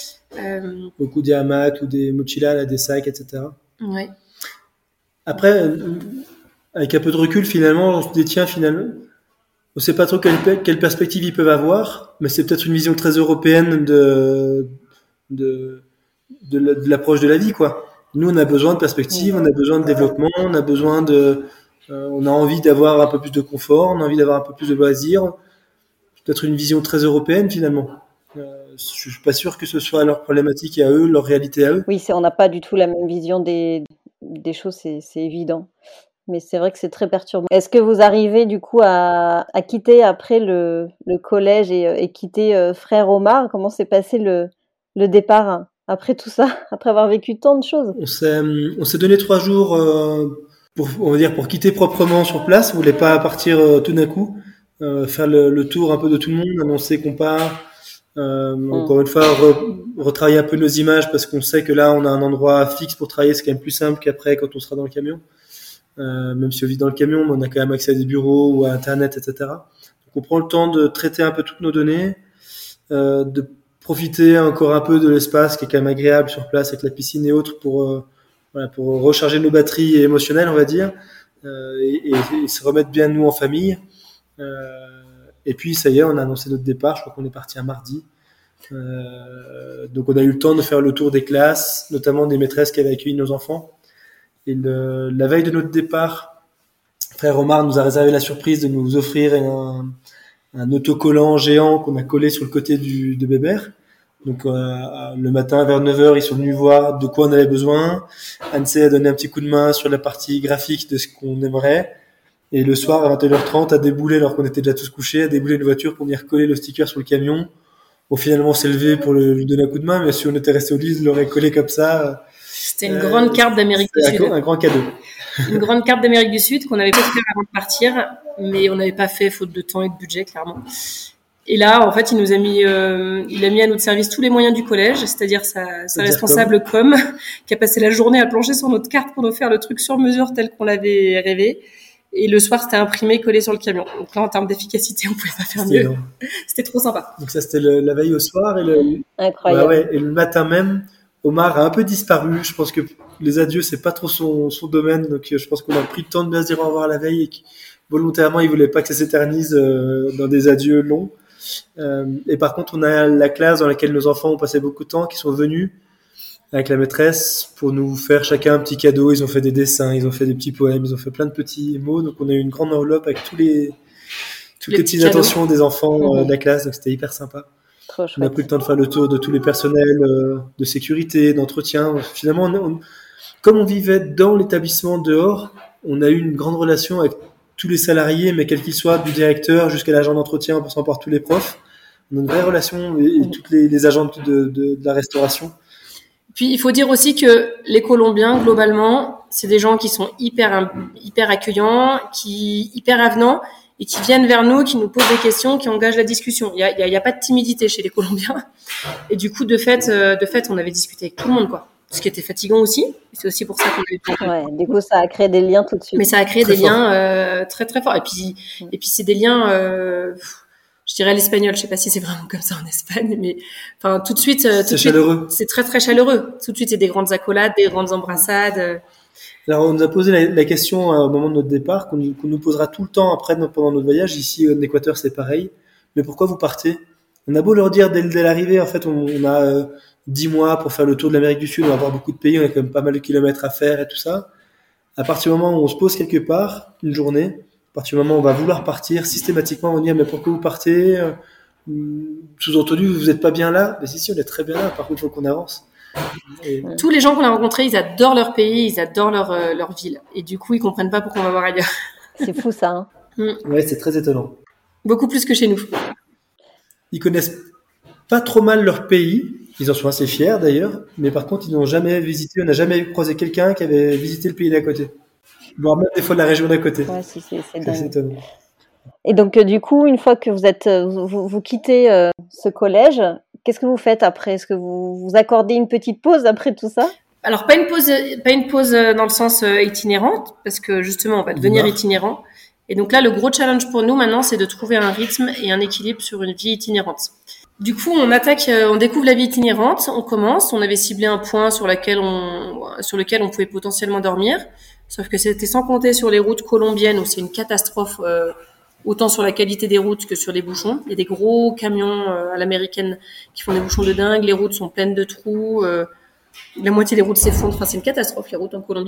Speaker 3: Euh... Beaucoup des hamacs ou des mochilas, là, des sacs, et cetera.
Speaker 2: Ouais.
Speaker 3: Après, euh, avec un peu de recul, finalement, on se dit tiens, finalement, on ne sait pas trop quelle, quelle perspective ils peuvent avoir, mais c'est peut-être une vision très européenne de, de, de, de l'approche de la vie, quoi. Nous, on a besoin de perspective, on a besoin de développement, on a besoin de, euh, on a envie d'avoir un peu plus de confort, on a envie d'avoir un peu plus de loisirs. Peut-être une vision très europééenne, finalement. Euh, je suis pas sûr que ce soit leur problématique à eux, leur réalité à eux.
Speaker 1: Oui, c'est, on n'a pas du tout la même vision des, des choses, c'est, c'est évident. Mais c'est vrai que c'est très perturbant. Est-ce que vous arrivez du coup à, à quitter après le, le collège et, et quitter euh, Frère Omar? Comment s'est passé le, le départ hein, après tout ça, après avoir vécu tant de choses?
Speaker 3: On s'est, on s'est donné trois jours euh, pour, on va dire, pour quitter proprement sur place. On voulait pas partir euh, tout d'un coup, euh, faire le, le tour un peu de tout le monde, annoncer qu'on part. Euh, mmh. Encore une fois, re, retravailler un peu nos images parce qu'on sait que là, on a un endroit fixe pour travailler. C'est quand même plus simple qu'après quand on sera dans le camion. Euh, même si on vit dans le camion, mais on a quand même accès à des bureaux ou à Internet, et cetera. Donc on prend le temps de traiter un peu toutes nos données, euh, de profiter encore un peu de l'espace qui est quand même agréable sur place avec la piscine et autres pour, euh, voilà, pour recharger nos batteries émotionnelles, on va dire, euh, et, et, et se remettre bien nous en famille. Euh, et puis ça y est, on a annoncé notre départ. Je crois qu'on est parti un mardi. Euh, donc on a eu le temps de faire le tour des classes, notamment des maîtresses qui avaient accueilli nos enfants. Et le, la veille de notre départ, Frère Omar nous a réservé la surprise de nous offrir un, un autocollant géant qu'on a collé sur le côté du, de Bébert. Donc euh, le matin vers neuf heures, ils sont venus voir de quoi on avait besoin. Anne-C a donné un petit coup de main sur la partie graphique de ce qu'on aimerait. Et le soir, à vingt et une heures trente, a déboulé, alors qu'on était déjà tous couchés, a déboulé une voiture pour venir coller le sticker sur le camion. Bon, finalement, on s'est levé pour le, lui donner un coup de main, mais si on était resté au lit, il l'aurait collé comme ça.
Speaker 2: C'était une euh, grande carte d'Amérique du Sud.
Speaker 3: Un, un grand cadeau.
Speaker 2: Une grande carte d'Amérique du Sud qu'on avait pas fait avant de partir, mais on n'avait pas fait faute de temps et de budget, clairement. Et là, en fait, il nous a mis, euh, il a mis à notre service tous les moyens du collège, c'est-à-dire sa, sa responsable com. com, qui a passé la journée à plancher sur notre carte pour nous faire le truc sur mesure tel qu'on l'avait rêvé. Et le soir, c'était imprimé, collé sur le camion. Donc là, en termes d'efficacité, on pouvait pas faire
Speaker 3: c'était
Speaker 2: mieux.
Speaker 3: Énorme.
Speaker 2: C'était trop sympa.
Speaker 3: Donc ça, c'était le, la veille au soir et le,
Speaker 1: incroyable.
Speaker 3: Ouais, ouais, et le matin même, Omar a un peu disparu. Je pense que les adieux, c'est pas trop son, son domaine. Donc je pense qu'on a pris le temps de bien se dire au revoir la veille et que volontairement, il voulait pas que ça s'éternise euh, dans des adieux longs. Euh, et par contre, on a la classe dans laquelle nos enfants ont passé beaucoup de temps, qui sont venus avec la maîtresse pour nous faire chacun un petit cadeau. Ils ont fait des dessins, ils ont fait des petits poèmes, ils ont fait plein de petits mots. Donc on a eu une grande enveloppe avec tous les toutes les, les petites attentions des enfants mmh. euh, de la classe. Donc c'était hyper sympa.
Speaker 1: Trop
Speaker 3: on a pris le temps de faire le tour de tous les personnels euh, de sécurité, d'entretien. Finalement, on, on, comme on vivait dans l'établissement dehors, on a eu une grande relation avec tous les salariés, mais quel qu'ils soient, du directeur jusqu'à l'agent d'entretien, en passant par tous les profs. On a une vraie relation et, et toutes les, les agents de, de, de la restauration.
Speaker 2: Puis il faut dire aussi que les Colombiens, globalement, c'est des gens qui sont hyper hyper accueillants, qui hyper avenants et qui viennent vers nous, qui nous posent des questions, qui engagent la discussion. Il y a il y a, il y a pas de timidité chez les Colombiens. Et du coup, de fait, de fait, on avait discuté avec tout le monde, quoi. Ce qui était fatigant aussi. C'est aussi pour ça qu'on a eu le temps.
Speaker 1: Ouais, du coup, ça a créé des liens tout de suite.
Speaker 2: Mais ça a créé
Speaker 3: très
Speaker 2: des
Speaker 3: fort.
Speaker 2: liens euh, très très forts. Et puis mmh. et puis c'est des liens. Euh, je dirais l'espagnol, je sais pas si c'est vraiment comme ça en Espagne, mais enfin tout de suite, tout
Speaker 3: c'est
Speaker 2: de suite,
Speaker 3: chaleureux.
Speaker 2: C'est très très chaleureux. Tout de suite, c'est des grandes accolades, des grandes embrassades.
Speaker 3: Alors on nous a posé la, la question euh, au moment de notre départ, qu'on, qu'on nous posera tout le temps après pendant notre voyage. Ici en Équateur, c'est pareil. Mais pourquoi vous partez ? On a beau leur dire dès, dès l'arrivée, en fait, on, on a euh, dix mois pour faire le tour de l'Amérique du Sud, on va voir beaucoup de pays, on a quand même pas mal de kilomètres à faire et tout ça. À partir du moment où on se pose quelque part, une journée, à partir du moment où on va vouloir partir, systématiquement on va dire mais pourquoi vous partez ? Sous-entendu, vous n'êtes pas bien là ? Mais si, si, on est très bien là, par contre, il faut qu'on avance.
Speaker 2: Et... Tous les gens qu'on a rencontrés, ils adorent leur pays, ils adorent leur, euh, leur ville. Et du coup, ils comprennent pas pourquoi on va voir ailleurs.
Speaker 1: C'est fou ça. Hein.
Speaker 3: Mm. Ouais, c'est très étonnant.
Speaker 2: Beaucoup plus que chez nous.
Speaker 3: ils connaissent pas trop mal leur pays. Ils en sont assez fiers d'ailleurs, mais par contre, ils n'ont jamais visité, on n'a jamais croisé quelqu'un qui avait visité le pays d'à côté, voire même des fois la région d'à côté.
Speaker 1: Ouais, c'est, c'est, c'est
Speaker 3: C'est assez
Speaker 1: dingue.
Speaker 3: étonnant.
Speaker 1: Et donc, euh, du coup, une fois que vous êtes, euh, vous, vous, vous quittez euh, ce collège, qu'est-ce que vous faites après? Est-ce que vous vous accordez une petite pause après tout ça?
Speaker 2: Alors pas une pause, pas une pause dans le sens euh, itinérante, parce que justement on va devenir
Speaker 3: D'accord.
Speaker 2: itinérant. Et donc là, le gros challenge pour nous maintenant, c'est de trouver un rythme et un équilibre sur une vie itinérante. Du coup, on attaque, euh, on découvre la vie itinérante, on commence. On avait ciblé un point sur lequel on, sur lequel on pouvait potentiellement dormir, sauf que c'était sans compter sur les routes colombiennes où c'est une catastrophe. Euh, autant sur la qualité des routes que sur les bouchons. Il y a des gros camions euh, à l'américaine qui font des bouchons de dingue. Les routes sont pleines de trous. Euh, la moitié des routes s'effondrent. Enfin, c'est une catastrophe, les routes en Colombie.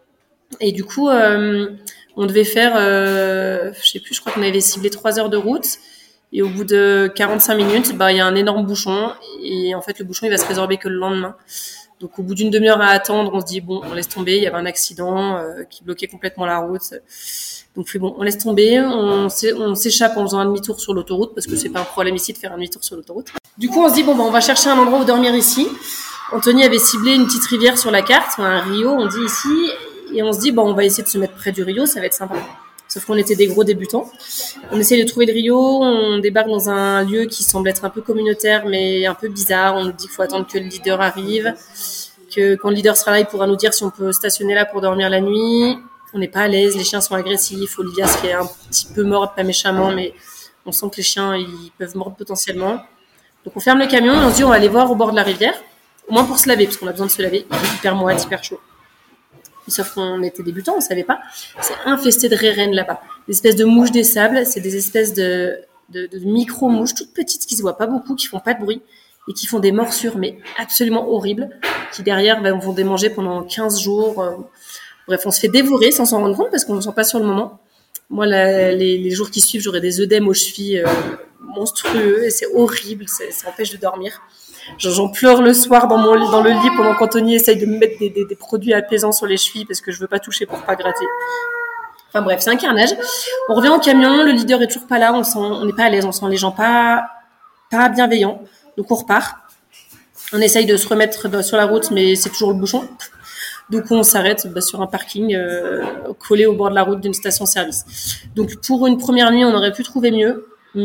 Speaker 2: Et du coup, euh, on devait faire, euh, je sais plus, je crois qu'on avait ciblé trois heures de route. Et au bout de quarante-cinq minutes, bah, il y a un énorme bouchon. Et en fait, le bouchon, il va se résorber que le lendemain. Donc, au bout d'une demi-heure à attendre, on se dit, bon, on laisse tomber. Il y avait un accident euh, qui bloquait complètement la route. Donc, fait bon, on laisse tomber. On, on s'échappe en faisant un demi-tour sur l'autoroute parce que c'est pas un problème ici de faire un demi-tour sur l'autoroute. Du coup, on se dit, bon, bah, on va chercher un endroit où dormir ici. Anthony avait ciblé une petite rivière sur la carte, un rio, on dit ici. Et on se dit, bon, on va essayer de se mettre près du rio, ça va être sympa. Sauf qu'on était des gros débutants. On essaie de trouver le rio, on débarque dans un lieu qui semble être un peu communautaire, mais un peu bizarre. On nous dit qu'il faut attendre que le leader arrive, que quand le leader sera là, il pourra nous dire si on peut stationner là pour dormir la nuit. On n'est pas à l'aise, les chiens sont agressifs. Olivia se fait un petit peu mordre, pas méchamment, mais on sent que les chiens, ils peuvent mordre potentiellement. Donc on ferme le camion et on se dit, on va aller voir au bord de la rivière, au moins pour se laver, parce qu'on a besoin de se laver. Il est hyper moite, hyper chaud. Sauf qu'on était débutants, on savait pas. C'est infesté de rérènes là-bas. Des espèces de mouches des sables, c'est des espèces de, de, de micro-mouches toutes petites qui se voient pas beaucoup, qui font pas de bruit et qui font des morsures, mais absolument horribles, qui derrière ben, vont démanger pendant quinze jours. Euh, bref, on se fait dévorer sans s'en rendre compte parce qu'on ne sent pas sur le moment. Moi, la, les, les jours qui suivent, j'aurai des œdèmes aux chevilles euh, monstrueux et c'est horrible, c'est, ça empêche de dormir. J'en pleure le soir dans mon dans le lit pendant qu'Anthony essaye de me mettre des, des, des produits apaisants sur les chevilles parce que je veux pas toucher pour pas gratter. Enfin bref, c'est un carnage. On revient au camion, le leader est toujours pas là, on sent, on n'est pas à l'aise, on sent les gens pas pas bienveillants. Donc on repart. On essaye de se remettre sur la route, mais c'est toujours le bouchon. Donc on s'arrête bah, sur un parking euh, collé au bord de la route d'une station-service. Donc pour une première nuit, on aurait pu trouver mieux.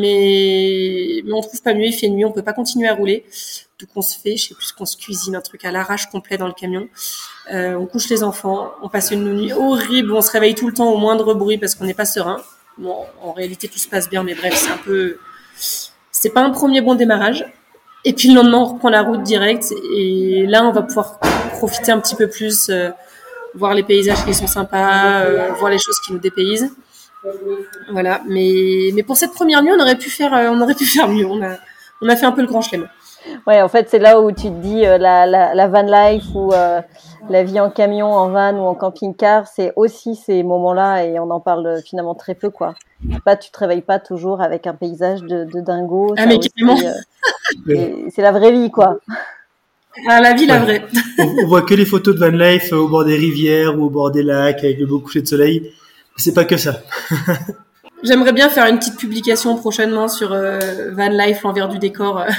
Speaker 2: Mais, mais on trouve pas mieux, il fait nuit, on peut pas continuer à rouler. Donc on se fait, je sais plus, qu'on se cuisine un truc à l'arrache complet dans le camion. Euh, on couche les enfants, on passe une nuit horrible, on se réveille tout le temps au moindre bruit parce qu'on n'est pas serein. Bon, en réalité tout se passe bien, mais bref, c'est un peu, c'est pas un premier bon démarrage. Et puis le lendemain, on reprend la route directe et là, on va pouvoir profiter un petit peu plus, euh, voir les paysages qui sont sympas, euh, voir les choses qui nous dépaysent. Voilà, mais mais pour cette première nuit, on aurait pu faire, euh, on aurait pu faire mieux. On a on a fait un peu le grand chelem.
Speaker 1: Ouais, en fait, c'est là où tu te dis euh, la, la la van life ou euh, la vie en camion, en van ou en camping-car, c'est aussi ces moments-là et on en parle finalement très peu, quoi. Pas, tu te réveilles pas toujours avec un paysage de, de dingo.
Speaker 2: Ah mais carrément.
Speaker 1: Euh, c'est la vraie vie, quoi.
Speaker 2: Ah, la vie, la vraie.
Speaker 3: on, on voit que les photos de van life au bord des rivières ou au bord des lacs avec le beau coucher de soleil. C'est pas que ça.
Speaker 2: J'aimerais bien faire une petite publication prochainement sur euh, van life, l'envers du décor, euh,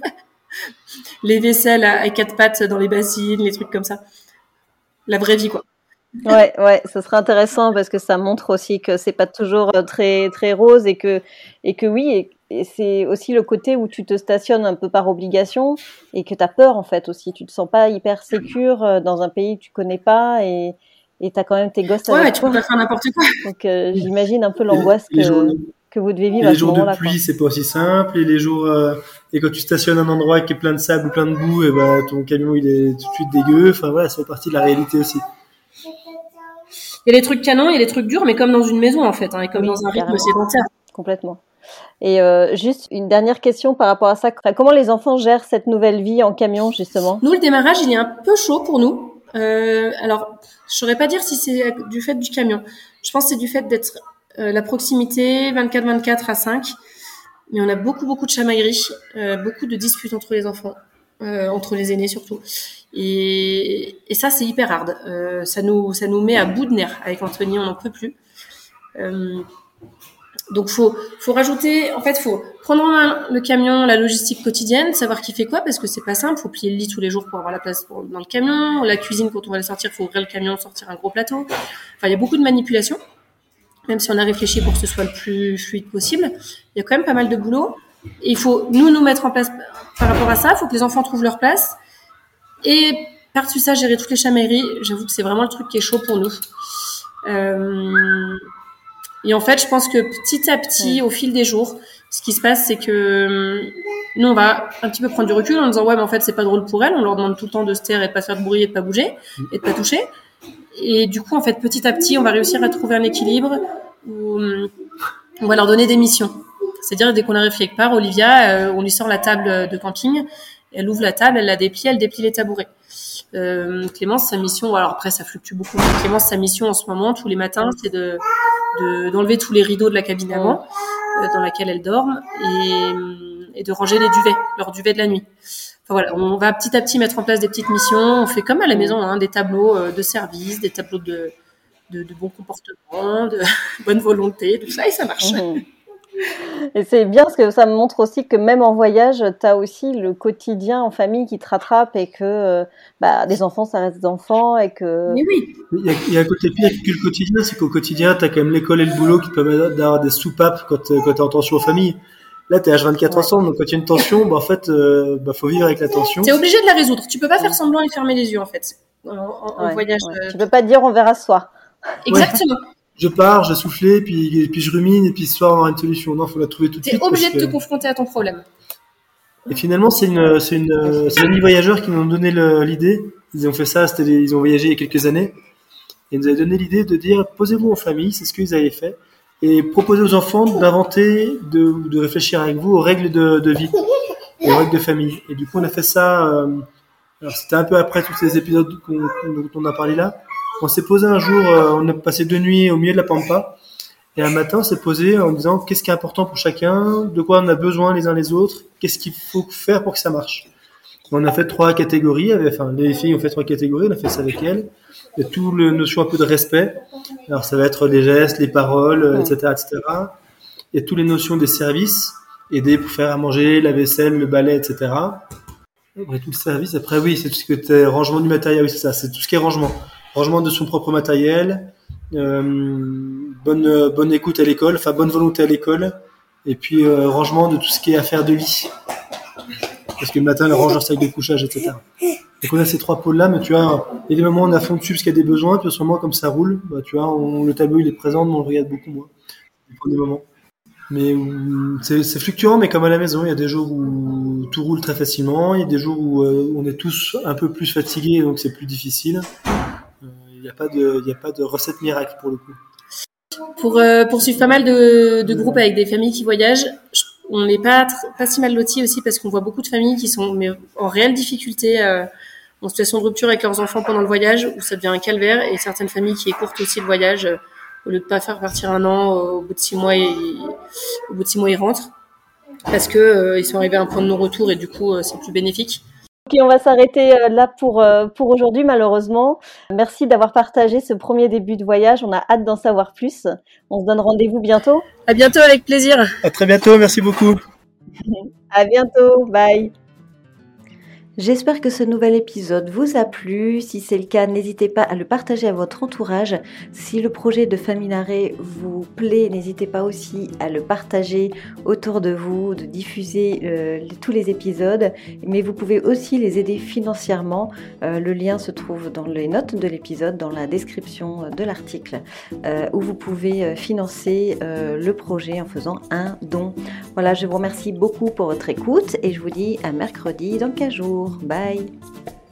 Speaker 2: les vaisselles à, à quatre pattes dans les bassines, les trucs comme ça. La vraie vie, quoi.
Speaker 1: Ouais, ouais, ce serait intéressant parce que ça montre aussi que c'est pas toujours très très rose et que et que oui, et, et c'est aussi le côté où tu te stationnes un peu par obligation et que t'as peur en fait aussi. Tu te sens pas hyper sécure dans un pays que tu connais pas et et t'as quand même tes gosses
Speaker 2: ouais,
Speaker 1: avec
Speaker 2: tu
Speaker 1: toi.
Speaker 2: peux pas faire n'importe quoi.
Speaker 1: Donc euh, j'imagine un peu l'angoisse
Speaker 3: les, les
Speaker 1: que
Speaker 3: de,
Speaker 1: que vous devez vivre à
Speaker 3: les
Speaker 1: ce moment-là.
Speaker 3: Les jours de pluie,
Speaker 1: quoi.
Speaker 3: C'est pas aussi simple. Et les jours euh, et quand tu stationnes un endroit qui est plein de sable ou plein de boue, et ben ton camion il est tout de suite dégueu. Enfin voilà, ça fait partie de la réalité aussi.
Speaker 2: Il y a les trucs canons, il y a les trucs durs, mais comme dans une maison en fait, hein, et comme
Speaker 1: Oui,
Speaker 2: dans un rythme
Speaker 1: carrément.
Speaker 2: sédentaire.
Speaker 1: Complètement. Et euh, juste une dernière question par rapport à ça. Comment les enfants gèrent cette nouvelle vie en camion justement ?
Speaker 2: Nous, le démarrage, il est un peu chaud pour nous. Euh, alors, je saurais pas dire si c'est du fait du camion. Je pense que c'est du fait d'être euh, la proximité vingt-quatre vingt-quatre à cinq. Mais on a beaucoup, beaucoup de chamailleries, euh, beaucoup de disputes entre les enfants, euh, entre les aînés surtout. Et, et ça, c'est hyper hard. Euh, ça nous, ça nous met à bout de nerfs. Avec Anthony, on n'en peut plus. Euh, Donc faut faut rajouter, en fait faut prendre en main le camion, la logistique quotidienne, savoir qui fait quoi parce que c'est pas simple, faut plier le lit tous les jours pour avoir la place pour, dans le camion, la cuisine quand on va le sortir, faut ouvrir le camion, sortir un gros plateau. Enfin il y a beaucoup de manipulations, même si on a réfléchi pour que ce soit le plus fluide possible, il y a quand même pas mal de boulot et il faut nous nous mettre en place par rapport à ça, il faut que les enfants trouvent leur place et par-dessus ça gérer toutes les chamailleries, j'avoue que c'est vraiment le truc qui est chaud pour nous. Euh... Et en fait, je pense que petit à petit, au fil des jours, ce qui se passe, c'est que nous, on va un petit peu prendre du recul en disant ouais, mais en fait, c'est pas drôle pour elles. On leur demande tout le temps de se taire et de pas faire de bruit et de pas bouger et de pas toucher. Et du coup, en fait, petit à petit, on va réussir à trouver un équilibre où on va leur donner des missions. C'est-à-dire, dès qu'on arrive quelque part, Olivia, euh, on lui sort la table de camping, elle ouvre la table, elle la déplie, elle déplie les tabourets. Euh, Clémence, sa mission, alors après ça fluctue beaucoup, mais Clémence, sa mission en ce moment, tous les matins, c'est de, de d'enlever tous les rideaux de la cabine avant, euh, dans laquelle elle dort, et, et de ranger les duvets, leur duvet de la nuit. Enfin voilà, on va petit à petit mettre en place des petites missions, on fait comme à la maison, hein, des tableaux de service, des tableaux de, de, de bon comportement, de bonne volonté, tout ça, et ça marche.
Speaker 1: Mmh. Et c'est bien parce que ça me montre aussi que même en voyage, tu as aussi le quotidien en famille qui te rattrape et que euh, bah, des enfants, ça reste des enfants et que...
Speaker 2: Mais oui.
Speaker 3: Il y, a, il y a un côté pire que le quotidien, c'est qu'au quotidien, tu as quand même l'école et le boulot qui te permettent d'avoir des soupapes quand, quand tu es en tension en famille. Là, tu es H vingt-quatre
Speaker 1: Ouais.
Speaker 3: ensemble, donc quand il y a une tension, bah, en fait, euh, bah, faut vivre avec la tension.
Speaker 2: Tu es obligé de la résoudre. Tu peux pas faire semblant et fermer les yeux, en fait, en, en,
Speaker 1: Ouais,
Speaker 2: en voyage.
Speaker 1: ouais.
Speaker 2: Euh...
Speaker 1: Tu peux pas te dire on verra ce soir.
Speaker 2: Exactement.
Speaker 3: Ouais. Je pars, je soufflé, puis, puis je rumine, et puis ce soir, on aura une solution. Non, faut la trouver tout de
Speaker 2: Tu es
Speaker 3: suite.
Speaker 2: obligé
Speaker 3: parce
Speaker 2: de
Speaker 3: que...
Speaker 2: te confronter à ton problème.
Speaker 3: Et finalement, c'est une, c'est une, c'est les amis voyageurs qui nous ont donné le, l'idée. Ils ont fait ça, c'était les, ils ont voyagé il y a quelques années. Et ils nous avaient donné l'idée de dire, posez-vous en famille, c'est ce qu'ils avaient fait. Et proposez aux enfants d'inventer, de, de réfléchir avec vous aux règles de, de vie, et aux règles de famille. Et du coup, on a fait ça, euh, alors c'était un peu après tous ces épisodes qu'on, dont on a parlé là. On s'est posé un jour, euh, on a passé deux nuits au milieu de la pampa. Et un matin, on s'est posé en disant qu'est-ce qui est important pour chacun, de quoi on a besoin les uns les autres, qu'est-ce qu'il faut faire pour que ça marche. On a fait trois catégories, enfin les filles ont fait trois catégories, on a fait ça avec elles. Il y a tout le notion un peu de respect. Alors ça va être les gestes, les paroles, et cetera, et cetera. Il y a toutes les notions des services, aider pour faire à manger, la vaisselle, le balai, et cetera. Après tout le service, après oui, c'est tout ce que t'es rangement du matériel, oui c'est ça, c'est tout ce qui est rangement, rangement de son propre matériel. Euh, bonne bonne écoute à l'école, enfin bonne volonté à l'école, et puis euh, rangement de tout ce qui est affaire de lit, parce que le matin elle range leur sac de couchage, et cetera. Donc on a ces trois pôles là, mais tu vois, il y a des moments où on a fond dessus parce qu'il y a des besoins, puis en ce moment comme ça roule, bah tu vois, on, le tableau il est présent, mais on le regarde beaucoup moins. Il prend des moments. Mais euh, c'est, c'est fluctuant, mais comme à la maison, il y a des jours où tout roule très facilement, il y a des jours où euh, on est tous un peu plus fatigués, donc c'est plus difficile. Il n'y a pas de, il y a pas de recette miracle pour le coup.
Speaker 2: Pour euh, poursuivre pas mal de, de groupes avec des familles qui voyagent, je, on n'est pas pas si mal lotis aussi parce qu'on voit beaucoup de familles qui sont mais en réelle difficulté, euh, en situation de rupture avec leurs enfants pendant le voyage, où ça devient un calvaire, et certaines familles qui écourtent aussi le voyage, euh, au lieu de pas faire partir un an, au bout de six mois, ils, au bout de six mois ils rentrent parce que euh, ils sont arrivés à un point de non-retour et du coup euh, c'est plus bénéfique.
Speaker 1: Ok, on va s'arrêter là pour, pour aujourd'hui, malheureusement. Merci d'avoir partagé ce premier début de voyage. On a hâte d'en savoir plus. On se donne rendez-vous bientôt.
Speaker 2: À bientôt, avec plaisir.
Speaker 3: À très bientôt, merci beaucoup.
Speaker 1: À bientôt, bye.
Speaker 5: J'espère que ce nouvel épisode vous a plu. Si c'est le cas, n'hésitez pas à le partager à votre entourage. Si le projet de Famille Larrey vous plaît, n'hésitez pas aussi à le partager autour de vous, de diffuser euh, tous les épisodes. Mais vous pouvez aussi les aider financièrement. Euh, le lien se trouve dans les notes de l'épisode, dans la description de l'article, euh, où vous pouvez financer euh, le projet en faisant un don. Voilà, je vous remercie beaucoup pour votre écoute et je vous dis à mercredi dans quinze jours. Bye.